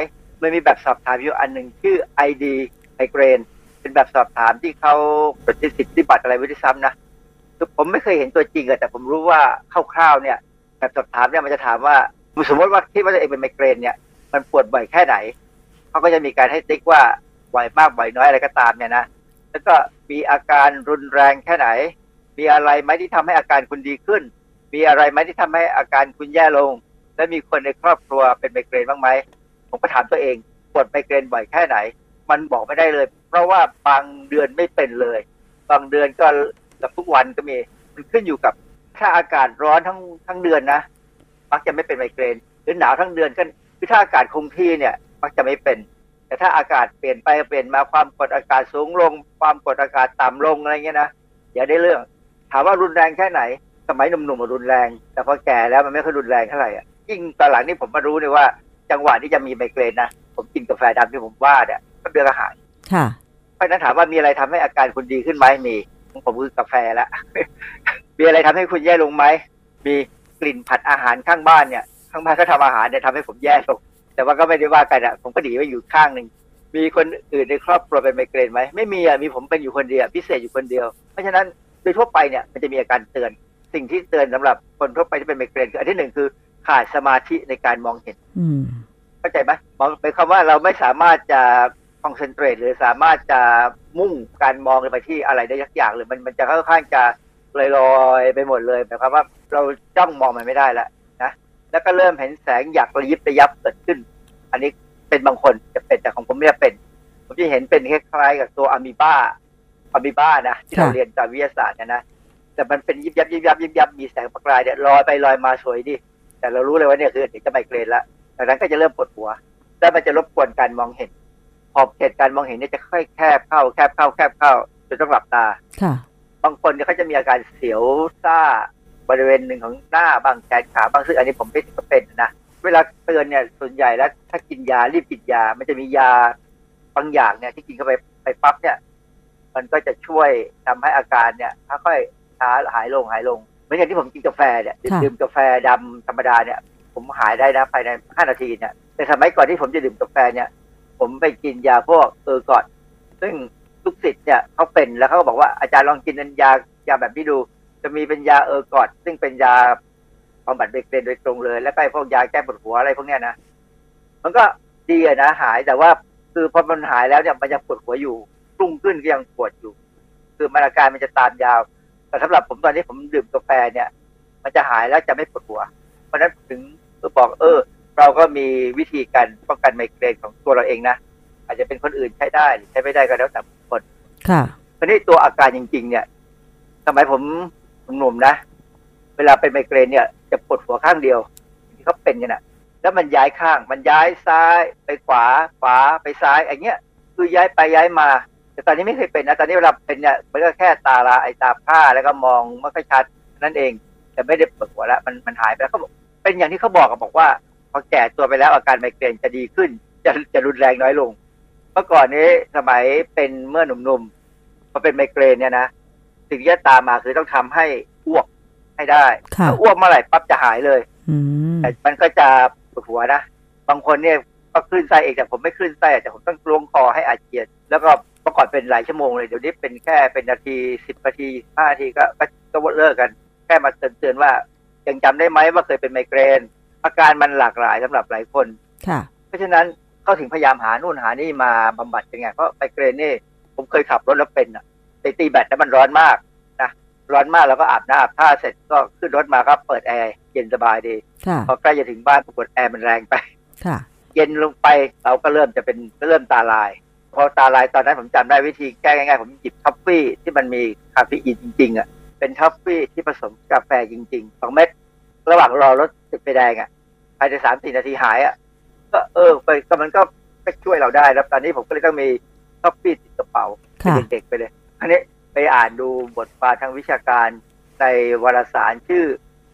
มันมีแบบสอบถามอยู่อันหนึ่งชื่อ ไอ ดี ไมเกรนเป็นแบบสอบถามที่เขาปฏิสิทธิบัตรอะไรไว้ด้วยซ้ำนะผมไม่เคยเห็นตัวจริงอะแต่ผมรู้ว่าคร่าวๆเนี่ยแบบสอบถามเนี่ยมันจะถามว่าสมมติว่าที่ว่าตัวเองเป็นไมเกรนเนี่ยมันปวดบ่อยแค่ไหนเขาก็จะมีการให้ติ๊กว่าบ่อยมากบ่อยน้อยอะไรก็ตามเนี่ยนะแล้วก็มีอาการรุนแรงแค่ไหนมีอะไรไหมที่ทำให้อาการคุณดีขึ้นมีอะไรไหมที่ทำให้อาการคุณแย่ลงและมีคนในครอบครัวเป็นไมเกรนบ้างไหมผมก็ถามตัวเองปวดไมเกรนบ่อยแค่ไหนมันบอกไม่ได้เลยเพราะว่าบางเดือนไม่เป็นเลยบางเดือนก็กับทุกวันก็มีมันขึ้นอยู่กับถ้าอากาศร้อนทั้งทั้งเดือนนะมักจะไม่เป็นไมเกรนหรือหนาวทั้งเดือนก็คือถ้าอากาศคงที่เนี่ยมักจะไม่เป็นแต่ถ้าอากาศเปลี่ยนไปเปลี่ยนมาความกดอากาศสูงลงความกดอากาศต่ำลงอะไรเงี้ยนะอย่าได้เรื่องถามว่ารุนแรงแค่ไหนสมัยหนุ่มๆมันรุนแรงแต่พอแก่แล้วมันไม่ค่อยรุนแรงเท่าไหร่อ่ะยิ่งตอนหลังนี่ผมมารู้เลยว่าจังหวะที่จะมีไมเกรนนะผมกินกาแฟดำที่ผมว่าเนี่ยก็เดือนละหายค่ะเพราะนั้นถามว่ามีอะไรทำให้อาการคุณดีขึ้นไหมมีผมคือกาแฟแล้ว มีอะไรทำให้คุณแย่ลงไหมมีกลิ่นผัดอาหารข้างบ้านเนี่ยข้างบ้านก็ทำอาหารเนี่ยทำให้ผมแย่ลงแต่ว่าก็ไม่ได้ว่ากันอ่ะผมก็หนีไปอยู่ข้างหนึ่งมีคนอื่นในครอบครัวเป็นไมเกรนไหมไม่มีอ่ะมีผมเป็นอยู่คนเดียวพิเศษอยู่คนเดียวเพราะฉะนั้นโดยทั่วไปเนี่ยมันจะมีอาการเตือนสิ่งที่เตือนสำหรับคนทั่วไปที่เป็นไมเกรนคืออันที่หนึ่งคือขาดสมาธิในการมองเห็นเข้าใจไหมมองหมายความว่าเราไม่สามารถจะคอนเซนเทรตหรือสามารถจะมุ่งการมองไปที่อะไรได้ยักอย่างเลยมันมันจะค่อนข้างจะลอยๆไปหมดเลยหมายความว่าเราจ้องมองมันไม่ได้แล้วนะแล้วก็เริ่มเห็นแสงอยากระยิบระยับเกิดขึ้นอันนี้เป็นบางคนจะเป็นแต่ของผมไม่ได้เป็นผมจะเห็นเป็นคล้ายๆกับตัวอะมีบ้าอะมีบ้านะที่เราเรียนจากวิทยาศาสตร์นะแต่มันเป็นยิบยับยิบยับยิบยับมีแสงประกายเนี่ยลอยไปลอยมาสวยดิแต่เรารู้เลยว่าเนี่ยคือเด็กจะไมเกรนแล้วดังนั้นก็จะเริ่มปวดหัวแล้วมันจะรบกวนการมองเห็นขอบเขตการมองเห็นเนี่ยจะค่อยแคบเข้าแคบเข้าแคบเข้าจนต้องหลับตาบางคนเนี่ยเขาจะมีอาการเสียวซ่าบริเวณหนึ่งของหน้าบางแขนขาบางซึ่งอันนี้ผมไม่ก็เป็นนะเวลาเตือนเนี่ยส่วนใหญ่แล้วถ้ากินยารีบกินยามันจะมียาบางอย่างเนี่ยที่กินเข้าไปไปปั๊บเนี่ยมันก็จะช่วยทำให้อาการเนี่ยค่อยๆช้าหายลงหายลงเหมือนอย่างที่ผมกินกาแฟเนี่ยดื่มกาแฟดำธรรมดาเนี่ยผมหายได้นะภายในห้านาทีเนี่ยแต่สมัยก่อนที่ผมจะดื่มกาแฟเนี่ยผมไปกินยาพวกเออก่อนซึ่งลูกศิษย์เนี่ยเขาเป็นแล้วเขาก็บอกว่าอาจารย์ลองกินยายาแบบนี้ดูจะมีเป็นยาเออก่อนซึ่งเป็นยาบำบัดไมเกรนโดยตรงเลยแล้วก็พวกยาแก้ปวดหัวอะไรพวกเนี้ยนะมันก็ดีนะหายแต่ว่าคือพอมันหายแล้วเนี่ยมันยังปวดหัวอยู่รุ่งขึ้นก็ยังปวดอยู่คือมันอาการมันจะตามยาวแต่สำหรับผมตอนนี้ผมดื่มกาแฟเนี่ยมันจะหายแล้วจะไม่ปวดหัวเพราะนั้นถึงบอกเออเราก็มีวิธีการป้องกันไมเกรนของตัวเราเองนะอาจจะเป็นคนอื่นใช้ได้หรือใช้ไม่ได้ก็แล้วแต่คนค่ะคราวนี้ตัวอาการจริงๆเนี่ยสมัยผมหนุ่มๆนะเวลาเป็นไมเกรนเนี่ยจะปวดหัวข้างเดียวที่เขาเป็นกันนะแล้วมันย้ายข้างมันย้ายซ้ายไปขวาขวาไปซ้ายอย่างเงี้ยคือย้ายไปย้ายมาแต่ตอนนี้ไม่เคยเป็นนะตอนนี้เวลาเป็นเนี่ยมันก็แค่ตาลาไอตาผ้าแล้วก็มองไม่ค่อยชัดนั่นเองแต่ไม่ได้ปวดหัวแล้วมันมันหายไปแล้วเขาบอกเป็นอย่างที่เขาบอกบอกว่าพอแก่ตัวไปแล้วอาการไมเกรนจะดีขึ้นจะจะรุนแรงน้อยลงเมื่อก่อนนี้สมัยเป็นเมื่อหนุ่มๆพอเป็นไมเกรนเนี่ยนะสิ่งที่จะตามมาคือต้องทำให้อ้วกให้ได้ถ้าอ้วกเมื่อไหร่ปั๊บจะหายเลยแต่มันก็จะปวดหัวนะบางคนเนี่ยก็คลื่นไส้เองแต่ผมไม่คลื่นไส้แต่ผมต้องกลวงคอให้อาเจียนแล้วก็เมื่อก่อนเป็นหลายชั่วโมงเลยเดี๋ยวนี้เป็นแค่เป็นนาทีสิบนาทีห้านาทีก็ก็เลิกกันแค่มาเตือนๆว่ายังจำได้ไหมว่าเคยเป็นไมเกรนอาการมันหลากหลายสำหรับหลายคนเพราะฉะนั้นเขาถึงพยายามหานู่นหานี่มาบำบัดยังไงเพราะไมเกรนนี่ผมเคยขับรถแล้วเป็นอ่ะไปตีแบตแล้วมันร้อนมากนะร้อนมากแล้วก็อาบน้ำอาบท่าเสร็จก็ขึ้นรถมาก็เปิดแอร์เย็นสบายดีพอใกล้จะถึงบ้านปรากฏแอร์มันแรงไปเย็นลงไปเราก็เริ่มจะเป็นเริ่มตาลายพอตาลายตอนนั้นผมจำได้วิธีแก้ง่ายๆผมหยิบท็อฟฟี่ที่มันมีคาเฟอีนจริงๆอ่ะเป็นท็อฟฟี่ที่ผสมกาแฟจริงๆสองเม็ดระหว่างรอรถติดไฟแดงอ่ะภายในสามสี่นาทีหายอ่ะก็เออไปก็มันก็ช่วยเราได้แล้วตอนนี้ผมก็เลยต้องมีท็อฟฟี่ติดกระเป๋าเป็นเด็กๆไปเลยอันนี้ไปอ่านดูบทความทางวิชาการในวารสารชื่อ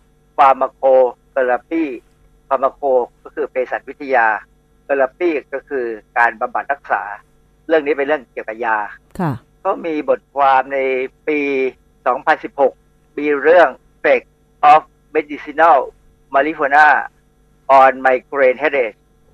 Pharmacotherapy Pharmaco ก็คือเภสัชวิทยา Therapy ก็คือการบำบัดรักษาเรื่องนี้เป็นเรื่องเกี่ยวกับยาก็มีบทความในปีสองพันสิบหกมีเรื่อง Effect of Medicinal Marijuana on Migraine Headache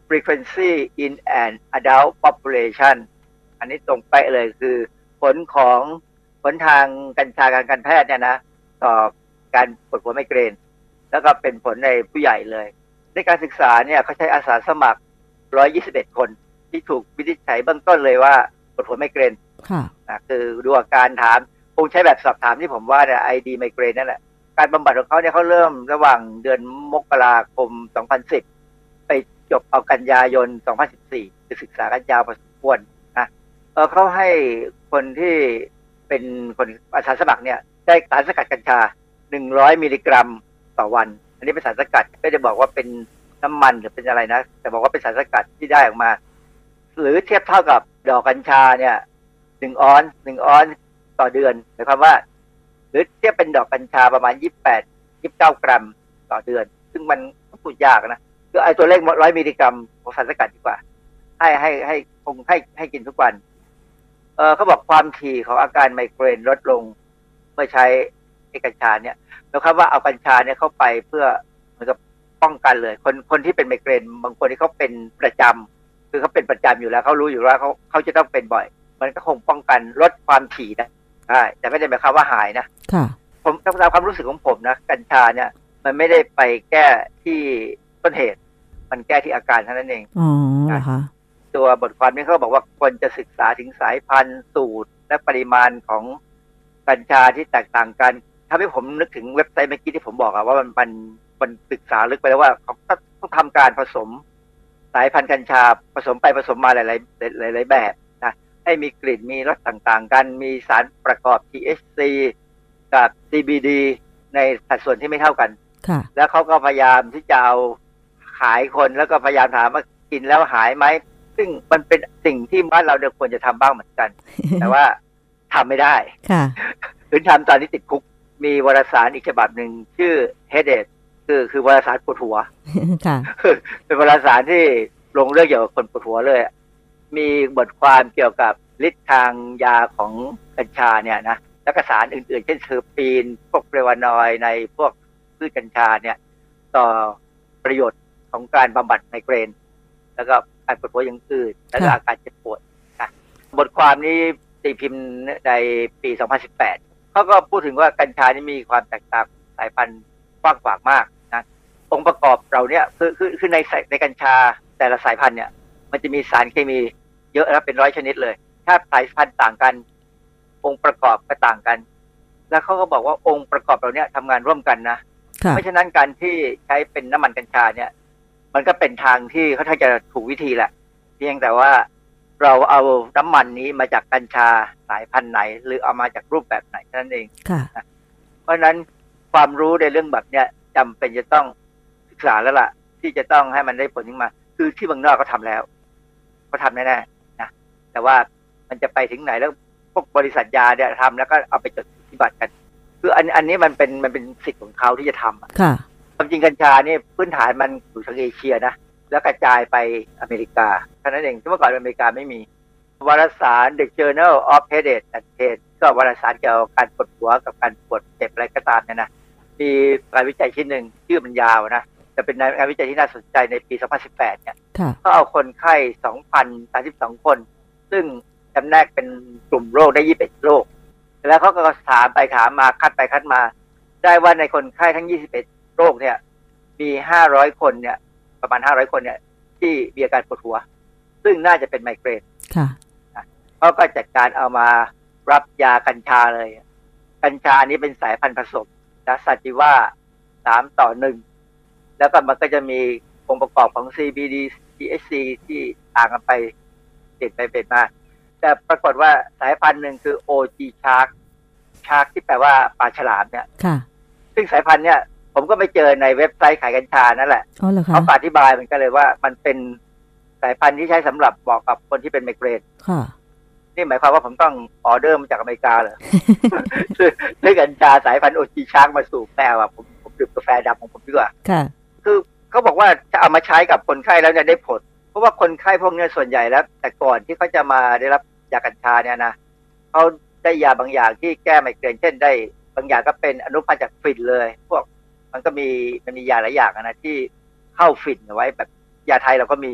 frequency in an adult population อันนี้ตรงเป๊ะเลยคือผลของผลทางกัญชาการการแพทย์เนี่ยนะต่อการปวดหัวไมเกรนแล้วก็เป็นผลในผู้ใหญ่เลยในการศึกษาเนี่ยเขาใช้อาสาสมัครหนึ่งร้อยยี่สิบเอ็ดคนที่ถูกวินิจฉัยเบื้องต้นเลยว่าปวดหัวไมเกรนค่ะนะคือดูอาการถามคงใช้แบบสอบถามที่ผมว่าเนี่ย ไอ ดี ไมเกรนนั่นแหละการบำบัดของเขาเนี่ยเขาเริ่มระหว่างเดือนมกราคมสองพันสิบไปจบเอากันยายนสองพันสิบสี่คือศึกษากันยาวพอสมควรนะเออเขาให้คนที่เป็นคนอาสาสมัครเนี่ยได้สารสกัดกัญชาหนึ่งร้อยมิลลิกรัมต่อวันอันนี้เป็นสารสกัดไม่ได้บอกว่าเป็นน้ำมันหรือเป็นอะไรนะแต่บอกว่าเป็นสารสกัดที่ได้ออกมาหรือเทียบเท่ากับดอกกัญชาเนี่ยหนึ่งออนซ์หนึ่งออนซ์ต่อเดือนหมายความว่าหรือเทียบเป็นดอกกัญชาประมาณยี่สิบแปด ยี่สิบเก้ากรัมต่อเดือนซึ่งมันพูดยากนะคือไอ้ตัวเลขหนึ่งร้อยมิลลิกรัมของสารสกัดดีกว่าให้ให้ให้คงให้ให้กินทุกวันเออเขาบอกความถี่ของอาการไมเกรนลดลงเมื่อใช้ไอ้กัญชาเนี่ยแล้วครับว่าเอากัญชาเนี่ยเข้าไปเพื่อเหมือนกับป้องกันเลยคนคนที่เป็นไมเกรนบางคนที่เขาเป็นประจำคือเขาเป็นประจำอยู่แล้วเขารู้อยู่ว่าเขาเขาจะต้องเป็นบ่อยมันก็คงป้องกันลดความถี่ได้ใช่แต่ไม่ได้หมายความว่าหายนะค่ะผมตามความรู้สึกของผมนะกัญชาเนี่ยมันไม่ได้ไปแก้ที่ต้นเหตุมันแก้ที่อาการเท่านั้นเองอ๋อค่ะตัวบทความนี้เขาบอกว่าควรจะศึกษาถึงสายพันธุ์สูตรและปริมาณของกัญชาที่แตกต่างกันทำให้ผมนึกถึงเว็บไซต์เมื่อกี้ที่ผมบอกอะว่ามันมันมันศึกษาลึกไปแล้วว่าเขาต้องทำการผสมสายพันธุ์กัญชาผสมไปผสมมาหลายๆหลายๆแบบนะให้มีกลิ่นมีรสต่างๆกันมีสารประกอบ ที เอช ซี กับ ซี บี ดี ในสัดส่วนที่ไม่เท่ากันแล้วเขาก็พยายามที่จะเอาขายคนแล้วก็พยายามถามว่ากินแล้วหายไหมซึ่งมันเป็นสิ่งที่บ้านเราเดี๋ยวควรจะทำบ้างเหมือนกัน แต่ว่าทำไม่ได้ถึงทำตอนนี้ติดคุกมีวารสารอีกฉบับหนึ่งชื่อ Headache คือคือวารสารปวดหัวเป็นวารสารที่ลงเรื่องเกี่ยวกับคนปวดหัวเลยมีบทความเกี่ยวกับฤทธิ์ทางยาของกัญชาเนี่ยนะแล้วก็สารอื่นๆเช่นเทอร์ปีนพวกเฟลวานอยด์ในพวกพืชกัญชาเนี่ยต่อประโยชน์ของการบำบัดไมเกรนแล้วก็การปวดหัวอย่างอื่นแล้วก็อาการเจ็บปวดนะบทความนี้ตีพิมพ์ในปีสองพันสิบแปดเขาก็พูดถึงว่ากัญชานี่มีความแตกต่างสายพันธุ์กว้างขวางมากนะองค์ประกอบเราเนี่ยคือคือคือในในกัญชาแต่ละสายพันธุ์เนี่ยมันจะมีสารเคมีเยอะนะเป็นร้อยชนิดเลยถ้าสายพันธุ์ต่างกันองค์ประกอบก็ต่างกันแล้วเขาก็บอกว่าองค์ประกอบเราเนี่ยทำงานร่วมกันนะเพราะฉะนั้นการที่ใช้เป็นน้ำมันกัญชาเนี่ยมันก็เป็นทางที่เขาถ้าจะถูกวิธีแหละเพียงแต่ว่าเราเอาน้ำมันนี้มาจากกัญชาสายพันธุ์ไหนหรือเอามาจากรูปแบบไหนนั่นเองนะเพราะฉะนั้นความรู้ในเรื่องแบบเนี้ยจำเป็นจะต้องศึกษาแล้วล่ะที่จะต้องให้มันได้ผลขึ้นมาคือที่บางนอกเขาทำแล้วเขาทำแน่ๆนะแต่ว่ามันจะไปถึงไหนแล้วพวกบริษัทยาเนี่ยทำแล้วก็เอาไปจดปฏิบัติกันคืออันอันนี้มันเป็นมันเป็นสิทธิ์ของเขาที่จะทำค่ะความจริงกัญชาเนี่ยพื้นฐานมันอยู่ทางเอเชียนะแล้วกระจายไปอเมริกาเท่านั้นเองที่เมื่อก่อนอเมริกาไม่มีวารสาร The Journal of Headache and Pain ก็วารสารเกี่ยวกับการปวดหัวกับการปวดเจ็บอะไรก็ตามเนี่ยนะมีงานวิจัยชิ้นหนึ่งชื่อมันยาวนะแต่เป็นงานวิจัยที่น่าสนใจในปีสองพันสิบแปดเนี่ยเขาเอาคนไข้ สองพันสามสิบสอง คนซึ่งจำแนกเป็นกลุ่มโรคได้ยี่สิบเอ็ดโรคแล้วเขาก็ถามไปถามมาคัดไปคัดมาได้ว่าในคนไข้ทั้งยี่สิบเอ็ดโรคเนี่ยมีห้าร้อยคนเนี่ยประมาณห้าร้อยคนเนี่ยที่มีอาการปวดหัวซึ่งน่าจะเป็นไมเกรนค่ะเขาก็จัดการเอามารับยากัญชาเลยกัญชานี้เป็นสายพันธุ์ผสมนะสัติว่าสามต่อหนึ่งแล้วก็มันก็จะมีองค์ประกอบของ ซี บี ดี ที เอช ซี ที่ต่างกันไปเปลี่ยนไปเปลี่ยนมาแต่ปรากฏว่าสายพันธุ์หนึ่งคือ โอ จี Shark Shark ที่แปลว่าปลาฉลามเนี่ยซึ่งสายพันธุ์เนี่ยผมก็ไปเจอในเว็บไซต์ขายกัญชานั่นแหละเขาอธิบายมันก็เลยว่ามันเป็นสายพันธุ์ที่ใช้สำหรับเหมาะกับคนที่เป็นไมเกรนนี่หมายความว่าผมต้องออเดอร์มาจากอเมริกาเหรอซื้อกัญชาสายพันธุ์ โอ จี Shark มาสูบแปลว่าผมผมดื่มกาแฟดำของผมดีกว่าคือเขาบอกว่าจะเอามาใช้กับคนไข้แล้วเนี่ยได้ผลเพราะว่าคนไข้พวกนี้ส่วนใหญ่แล้วแต่ก่อนที่เขาจะมาได้รับยากัญชาเนี่ยนะเขาได้ยาบางอย่างที่แก้ไมเกรนเช่นได้บางอย่างก็เป็นอนุพันธ์จากฝิ่นเลยพวกมันก็มีมันมียาหลายอย่างนะที่เข้าฝิ่นเอาไว้แบบยาไทยเราก็มี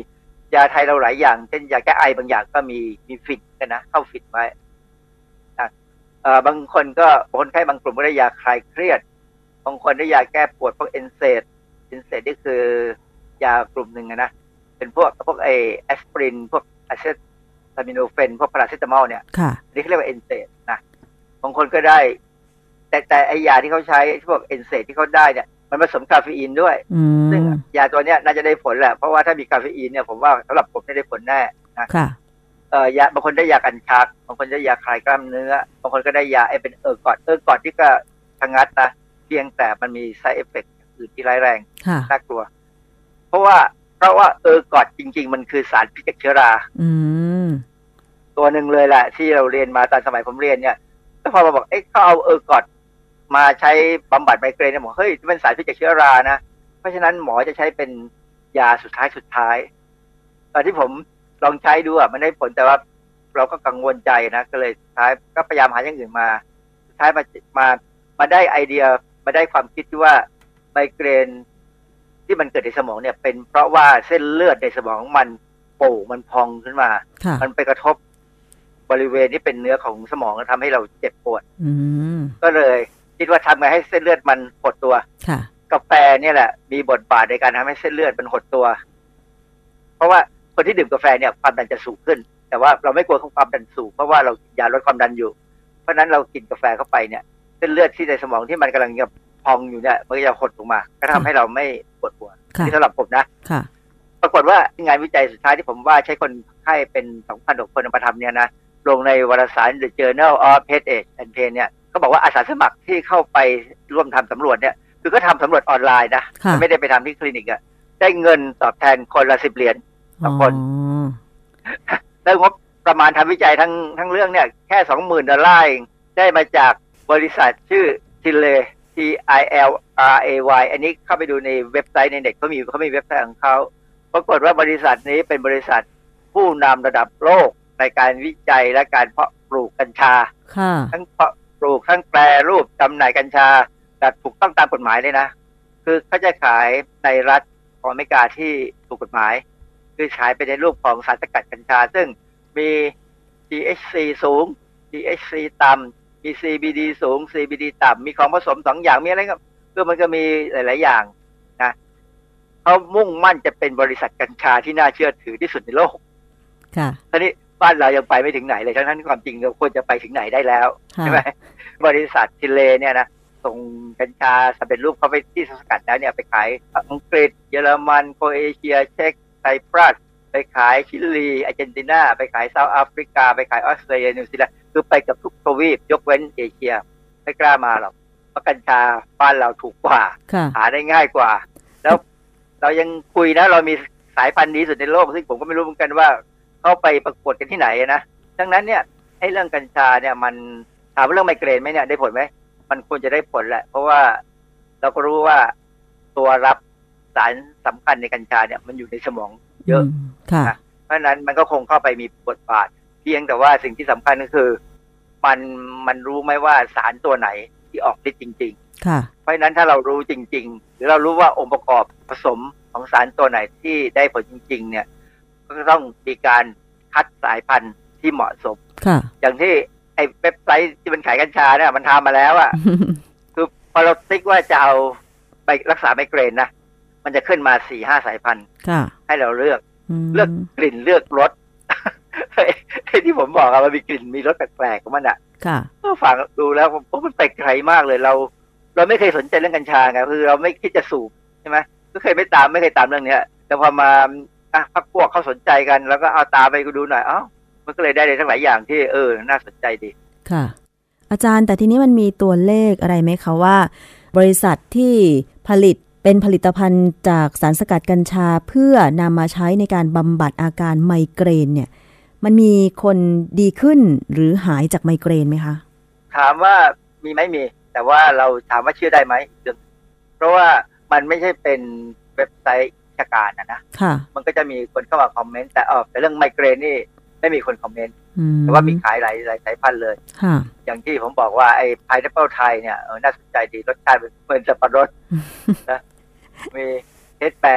ยาไทยเราหลายอย่างเช่นยาแก้ไอบางอย่างก็มีมีฟิตกันนะเข้าฟิตไว้นะเอ่อบางคนก็คนไข้บางกลุ่มก็ได้ยาคลายเครียดบางคนได้ยาแก้ปวดพวกเอนเซดเอนเซดนี่คือยากลุ่มหนึ่งนะเป็นพวกพวกไอแอสไพรินพวกอะเซตามิโนเฟนพวกพาราเซตามอลเนี่ยนี่เขาเรียกว่าเอนเซดนะบางคนก็ได้แต่แต่ไอยาที่เขาใช้พวกเอนเซดที่เขาได้เนี่ยมันผสมคาเฟอีนด้วยซึ่งยาตัวเนี้ยน่าจะได้ผลแหละเพราะว่าถ้ามีคาเฟอีนเนี่ยผมว่าสำหรับผมได้ผลแน่นะเออยาบางคนได้ยากันชักบางคนได้ยาคลายกล้ามเนื้อบางคนก็ได้ยาไอเป็นเออร์กอดเออร์กอดที่ก็ชะงัดนะเพียงแต่มันมี side effect อื่นที่ร้ายแรงน่ากลัวเพราะว่าเพราะว่าเออร์กอดจริงๆมันคือสารพิษจากเชื้อราตัวหนึ่งเลยแหละที่เราเรียนมาตอนสมัยผมเรียนเนี่ยก็พอมาบอกเอ๊ะเขาเอาเออร์กอดมาใช้บำบัดไมเกรนเนี่ยบอกเฮ้ยมันสารพิษจากเชื้อรานะเพราะฉะนั้นหมอจะใช้เป็นยาสุดท้ายสุดท้ายตอนที่ผมลองใช้ดูอ่ะมันได้ผลแต่ว่าเราก็กังวลใจนะก็เลยสุดท้ายก็พยายามหาอย่างอื่นมาสุดท้ายมามามาได้ไอเดียมาได้ความคิดที่ว่าไมเกรนที่มันเกิดในสมองเนี่ยเป็นเพราะว่าเส้นเลือดในสมองมันโป่งมันพองขึ้นมามันไปกระทบบริเวณที่เป็นเนื้อของสมองแล้วทำให้เราเจ็บปวดก็เลยคิดว่าทำไงให้เส้นเลือดมันหดตัวกาแฟเนี่ยแหละมีบทบาทในการทำให้เส้นเลือดมันหดตัวเพราะว่าคนที่ดื่มกาแฟเนี่ยความดันจะสูงขึ้นแต่ว่าเราไม่กลัวความดันสูงเพราะว่าเรายาลดความดันอยู่เพราะนั้นเรากินกาแฟเข้าไปเนี่ยเส้นเลือดที่ในสมองที่มันกำลังจะพองอยู่เนี่ยมันจะหดลงมาก็ทำให้เราไม่ปวดหัวที่สำหรับผมนะปรากฏว่างานวิจัยสุดท้ายที่ผมว่าใช้คนไข้เป็น สองพัน กว่าคนมาทำเนี่ยนะลงในวารสาร The Journal of Headache and Pain เนี่ยเขาบอกว่าอาสาสมัครที่เข้าไปร่วมทำสำรวจเนี่ยคือก็ทำสำรวจออนไลน์นะไม่ได้ไปทำที่คลินิกอะได้เงินตอบแทนคนละสิบเหรียญต่อคนแล้วงบประมาณทำวิจัยทั้งทั้งเรื่องเนี่ยแค่สองหมื่นดอลลาร์ได้มาจากบริษัทชื่อ Tilray T I L R A Y อันนี้เข้าไปดูในเว็บไซต์ในเน็ตเขามีเขามีเว็บไซต์ของเขาปรากฏว่าบริษัทนี้เป็นบริษัทผู้นำระดับโลกในการวิจัยและการเพาะปลูกกัญชาทั้งเพาะปลูกทั้งแปรรูปจำหน่ายกัญชาแบบถูกต้องตามกฎหมายเลยนะคือเขาจะขายในรัฐของอเมริกาที่ถูกกฎหมายคือขายไปในรูปของสารสกัดกัญชาซึ่งมี ที เอช ซี สูง ที เอช ซี ต่ำมี ซี บี ดี สูง ซี บี ดี ต่ำมีของผสมสองอย่างมีอะไรก็คือมันก็มีหลายๆอย่างนะเขามุ่งมั่นจะเป็นบริษัทกัญชาที่น่าเชื่อถือที่สุดในโลกค่ะทีนี้บ้านเรายังไปไม่ถึงไหนเลยทั้งนั้นความจริงเราควรจะไปถึงไหนได้แล้วใช่ไหมบริษัททิเลเนี่ยนะส่งกัญชาสำเร็จรูปเขาไปที่สกัดแล้วเนี่ยไปขายอังกฤษเยอรมันโครเอเชียเช็กไซปรัสไปขายชิลีอาร์เจนตินาไปขายเซาท์แอฟริกาไปขายออสเตรเลียนิวซีแลนด์คือไปกับทุกทวีปยกเว้นเอเชียไม่กล้ามาหรอกเพราะกัญชาบ้านเราถูกกว่าหาได้ง่ายกว่าแล้วเรายังคุยนะเรามีสายพันธุ์ดีสุดในโลกซึ่งผมก็ไม่รู้เหมือนกันว่าเข้าไปประกวดกันที่ไหนนะดังนั้นเนี่ยให้เรื่องกัญชาเนี่ยมันถามว่าเรื่องไมเกรนไหมเนี่ยได้ผลไหมมันควรจะได้ผลแหละเพราะว่าเราก็รู้ว่าตัวรับสารสำคัญในกัญชาเนี่ยมันอยู่ในสมองเยอะนะเพราะฉะนั้นมันก็คงเข้าไปมีบทบาทเพียงแต่ว่าสิ่งที่สำคัญก็คือมันมันรู้ไหมว่าสารตัวไหนที่ออกฤทธิ์จริงๆเพราะฉะนั้นถ้าเรารู้จริงๆหรือเรารู้ว่าองค์ประกอบผสมของสารตัวไหนที่ได้ผลจริงๆเนี่ยก็ต้องมีการคัดสายพันธุ์ที่เหมาะสมอย่างที่ไอ้เว็บไซต์ที่มันขายกัญชาเนี่ยมันทำมาแล้วอ่ะ คือพอเราติ๊กว่าจะเอาไปรักษาไมเกรนนะมันจะขึ้นมาสี่ห้าสายพันธุ์ให้เราเลือกเลือกกลิ่นเลือกรส ที่ผมบอกอะมันมีกลิ่นมีรสแปลกๆของมันอ่ะก็ฟังดูแล้วผมมันไปไกลมากเลยเราเราไม่เคยสนใจเรื่องกัญชาไงคือเราไม่คิดจะสูบใช่ไหมก็เคยไม่ตามไม่เคยตามเรื่องเนี้ยแต่พอมาอ่ะพรรคพวกเขาสนใจกันแล้วก็เอาตาไปดูหน่อยอ้าวมันก็เลยได้เลยทั้งหลายอย่างที่เออน่าสนใจดีค่ะอาจารย์แต่ทีนี้มันมีตัวเลขอะไรไหมคะว่าบริษัทที่ผลิตเป็นผลิตภัณฑ์จากสารสกัดกัญชาเพื่อนำมาใช้ในการบำบัดอาการไมเกรนเนี่ยมันมีคนดีขึ้นหรือหายจากไมเกรนไหมคะถามว่ามีไหมมีแต่ว่าเราถามว่าเชื่อได้ไหมเพราะว่ามันไม่ใช่เป็นเว็บไซต์ราชการนะนะมันก็จะมีคนเข้ามาคอมเมนต์แต่เออแต่เรื่องไมเกรนนี่ไม่มีคนคอมเมนต์แต่ว่ามีขายหลายหลายสายพันธุ์เลยอย่างที่ผมบอกว่าไอ้พายแอปเปิลไทยเนี่ยเออน่าสนใจดีรสชาติเหมือนสับปะรดนะมีเฮดแบน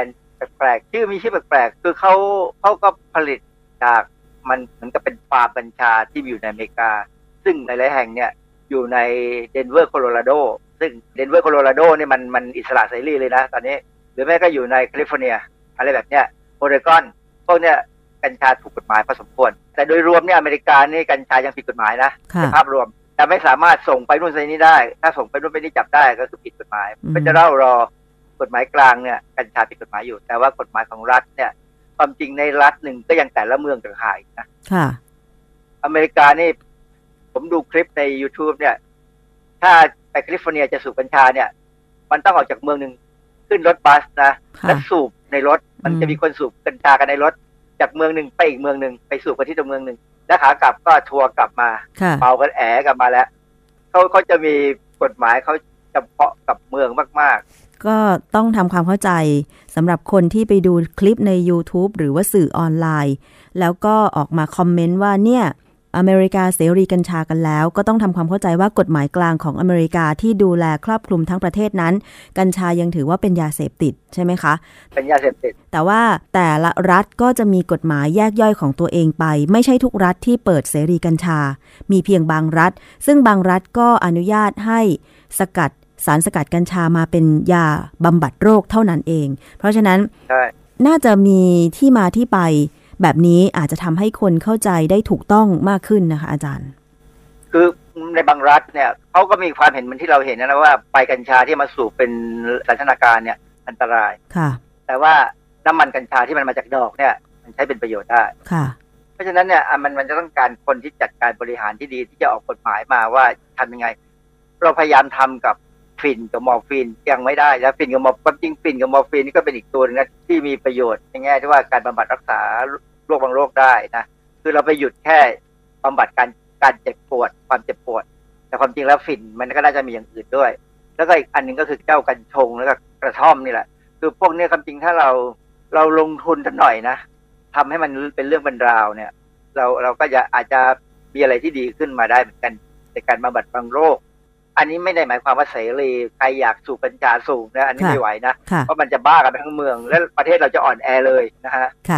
แปลกๆชื่อมีชื่อแปลกๆคือเขาเขาก็ผลิตจากมันเหมือนกับเป็นฟาร์มกัญชาที่อยู่ในอเมริกาซึ่งหลายๆแห่งเนี่ยอยู่ในเดนเวอร์โคโลราโดซึ่งเดนเวอร์โคโลราโดนี่มันมันอิสระเสรีเลยนะตอนนี้หรือแม้ก็อยู่ในแคลิฟอร์เนียอะไรแบบเนี้ยโอเรกอนพวกเนี้ยกัญชาถูกกฎหมายพอสมควรแต่โดยรวมเนี่ยอเมริกานี่กัญชายังผิดกฎหมายนะในภาพรวมแต่ไม่สามารถส่งไปนู่นไปนี่ได้ถ้าส่งไปนู่นไปนี่จับได้ก็คือผิดกฎหมายก็จะเล่ารอกฎหมายกลางเนี่ยกัญชาผิดกฎหมายอยู่แต่ว่ากฎหมายของรัฐเนี่ยความจริงในรัฐหนึ่งก็ยังแต่ละเมืองต่างหากนะค่ะอเมริกานี่ผมดูคลิปใน YouTube เนี่ยถ้าไปแคลิฟอร์เนียจะสูบกัญชาเนี่ยมันต้องออกจากเมืองหนึ่งขึ้นรถบัสนะแล้วสูบในรถมันจะมีคนสูบกัญชากันในรถจากเมืองหนึ่งไปอีกเมืองหนึ่งไปสูบกันที่ตัวเมืองหนึ่งแล้วขากลับก็ทัวร์กลับมาเมากันแอ๋กลับมาแล้วเขาเขาจะมีกฎหมายเขาเฉพาะกับเมืองมากๆก็ต้องทำความเข้าใจสำหรับคนที่ไปดูคลิปใน YouTube หรือว่าสื่อออนไลน์แล้วก็ออกมาคอมเมนต์ว่าเนี่ยอเมริกาเสรีกัญชากันแล้วก็ต้องทำความเข้าใจว่ากฎหมายกลางของอเมริกาที่ดูแลครอบคลุมทั้งประเทศนั้นกัญชายังถือว่าเป็นยาเสพติดใช่ไหมคะเป็นยาเสพติดแต่ว่าแต่ละรัฐก็จะมีกฎหมายแยกย่อยของตัวเองไปไม่ใช่ทุกรัฐที่เปิดเสรีกัญชามีเพียงบางรัฐซึ่งบางรัฐก็อนุญาตให้สกัดสารสกัดกัญชามาเป็นยาบำบัดโรคเท่านั้นเองเพราะฉะนั้นน่าจะมีที่มาที่ไปแบบนี้อาจจะทำให้คนเข้าใจได้ถูกต้องมากขึ้นนะคะอาจารย์คือในบางรัฐเนี่ยเขาก็มีความเห็นเหมือนที่เราเห็นนะว่าใบกัญชาที่มาสูบเป็นสันทนาการเนี่ยอันตรายค่ะแต่ว่าน้ำมันกัญชาที่มันมาจากดอกเนี่ยมันใช้เป็นประโยชน์ได้ค่ะเพราะฉะนั้นเนี่ยมันมันจะต้องการคนที่จัดการบริหารที่ดีที่จะออกกฎหมายมาว่าทำยังไงเราพยายามทำกับฟินกับมอร์ฟีนยังไม่ได้แล้วฟินกับมอร์ความจริงฟินกับมอร์ฟีนนี่ก็เป็นอีกตัวนึงนะที่มีประโยชน์ในแง่ที่ว่าการบำบัดรักษาโรคบางโรคได้นะคือเราไปหยุดแค่บำบัดการการเจ็บปวดความเจ็บปวดแต่ความจริงแล้วฟินมันก็น่าจะมีอย่างอื่นด้วยแล้วก็อีกอันนึงก็คือเจ้ากัญชงแล้วก็กระท่อมนี่แหละคือพวกนี้ความจริงถ้าเราเราลงทุนสักหน่อยนะทำให้มันเป็นเรื่องเป็นราวเนี่ยเราเราก็จะอาจจะมีอะไรที่ดีขึ้นมาได้เหมือนกันในการบำบัดบางโรคอันนี้ไม่ได้หมายความว่าเสรีใครอยากสูบกัญชาสูบนะอันนี้ไม่ไหวนะเพราะมันจะบ้ากันทั้งเมืองและประเทศเราจะอ่อนแอเลยนะฮะค่ะ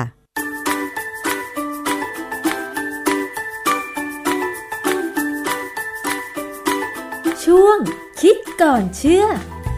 ช่วงคิดก่อนเชื่อ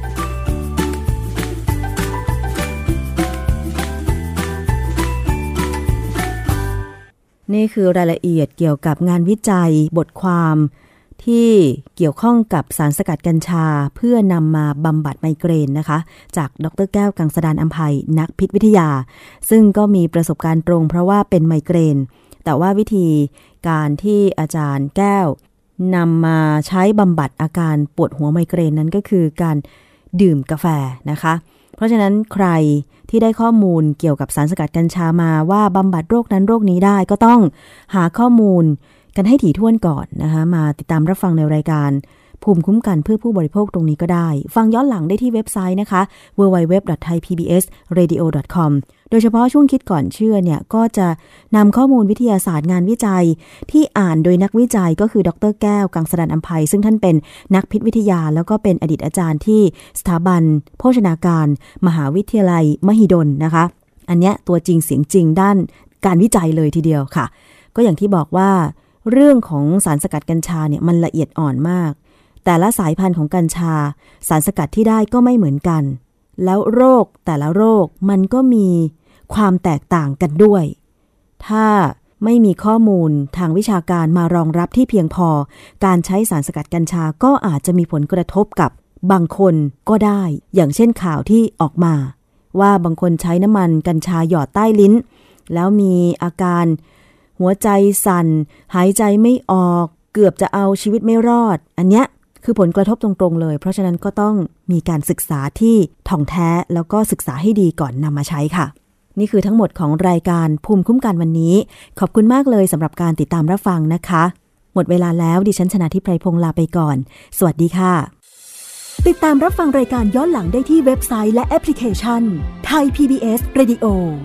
นี่คือรายละเอียดเกี่ยวกับงานวิจัยบทความที่เกี่ยวข้องกับสารสกัดกัญชาเพื่อนำมาบำบัดไมเกรนนะคะจากดร.แก้วกังสดาลอำไพนักพิษวิทยาซึ่งก็มีประสบการณ์ตรงเพราะว่าเป็นไมเกรนแต่ว่าวิธีการที่อาจารย์แก้วนำมาใช้บำบัดอาการปวดหัวไมเกรนนั้นก็คือการดื่มกาแฟนะคะเพราะฉะนั้นใครที่ได้ข้อมูลเกี่ยวกับสารสกัดกัญชามาว่าบำบัดโรคนั้นโรคนี้ได้ก็ต้องหาข้อมูลกันให้ถี่ถ้วนก่อนนะคะมาติดตามรับฟังในรายการภูมิคุ้มกันเพื่อผู้บริโภคตรงนี้ก็ได้ฟังย้อนหลังได้ที่เว็บไซต์นะคะ ดับเบิลยู ดับเบิลยู ดับเบิลยู ดอท ไทย พี บี เอส เรดิโอ ดอท คอม โดยเฉพาะช่วงคิดก่อนเชื่อเนี่ยก็จะนำข้อมูลวิทยาศาสตร์งานวิจัยที่อ่านโดยนักวิจัยก็คือดร.แก้วกังสดาลอำไพซึ่งท่านเป็นนักพิษวิทยาแล้วก็เป็นอดีตอาจารย์ที่สถาบันโภชนาการมหาวิทยาลัยมหิดลนะคะอันเนี้ยตัวจริงเสียงจริงด้านการวิจัยเลยทีเดียวค่ะก็อย่างที่บอกว่าเรื่องของสารสกัดกัญชาเนี่ยมันละเอียดอ่อนมากแต่ละสายพันธุ์ของกัญชาสารสกัดที่ได้ก็ไม่เหมือนกันแล้วโรคแต่ละโรคมันก็มีความแตกต่างกันด้วยถ้าไม่มีข้อมูลทางวิชาการมารองรับที่เพียงพอการใช้สารสกัดกัญชาก็อาจจะมีผลกระทบกับบางคนก็ได้อย่างเช่นข่าวที่ออกมาว่าบางคนใช้น้ำมันกัญชาหยอดใต้ลิ้นแล้วมีอาการหัวใจสั่นหายใจไม่ออกเกือบจะเอาชีวิตไม่รอดอันเนี้ยคือผลกระทบตรงๆเลยเพราะฉะนั้นก็ต้องมีการศึกษาที่ถ่องแท้แล้วก็ศึกษาให้ดีก่อนนำมาใช้ค่ะนี่คือทั้งหมดของรายการภูมิคุ้มกันวันนี้ขอบคุณมากเลยสำหรับการติดตามรับฟังนะคะหมดเวลาแล้วดิฉันชนาธิปไพพงษ์ลาไปก่อนสวัสดีค่ะติดตามรับฟังรายการย้อนหลังได้ที่เว็บไซต์และแอปพลิเคชัน Thai พี บี เอส Radio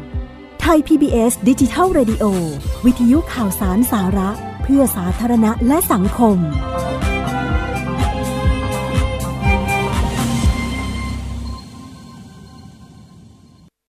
Thai พี บี เอส Digital Radio วิทยุข่าวสารสาระเพื่อสาธารณะและสังคม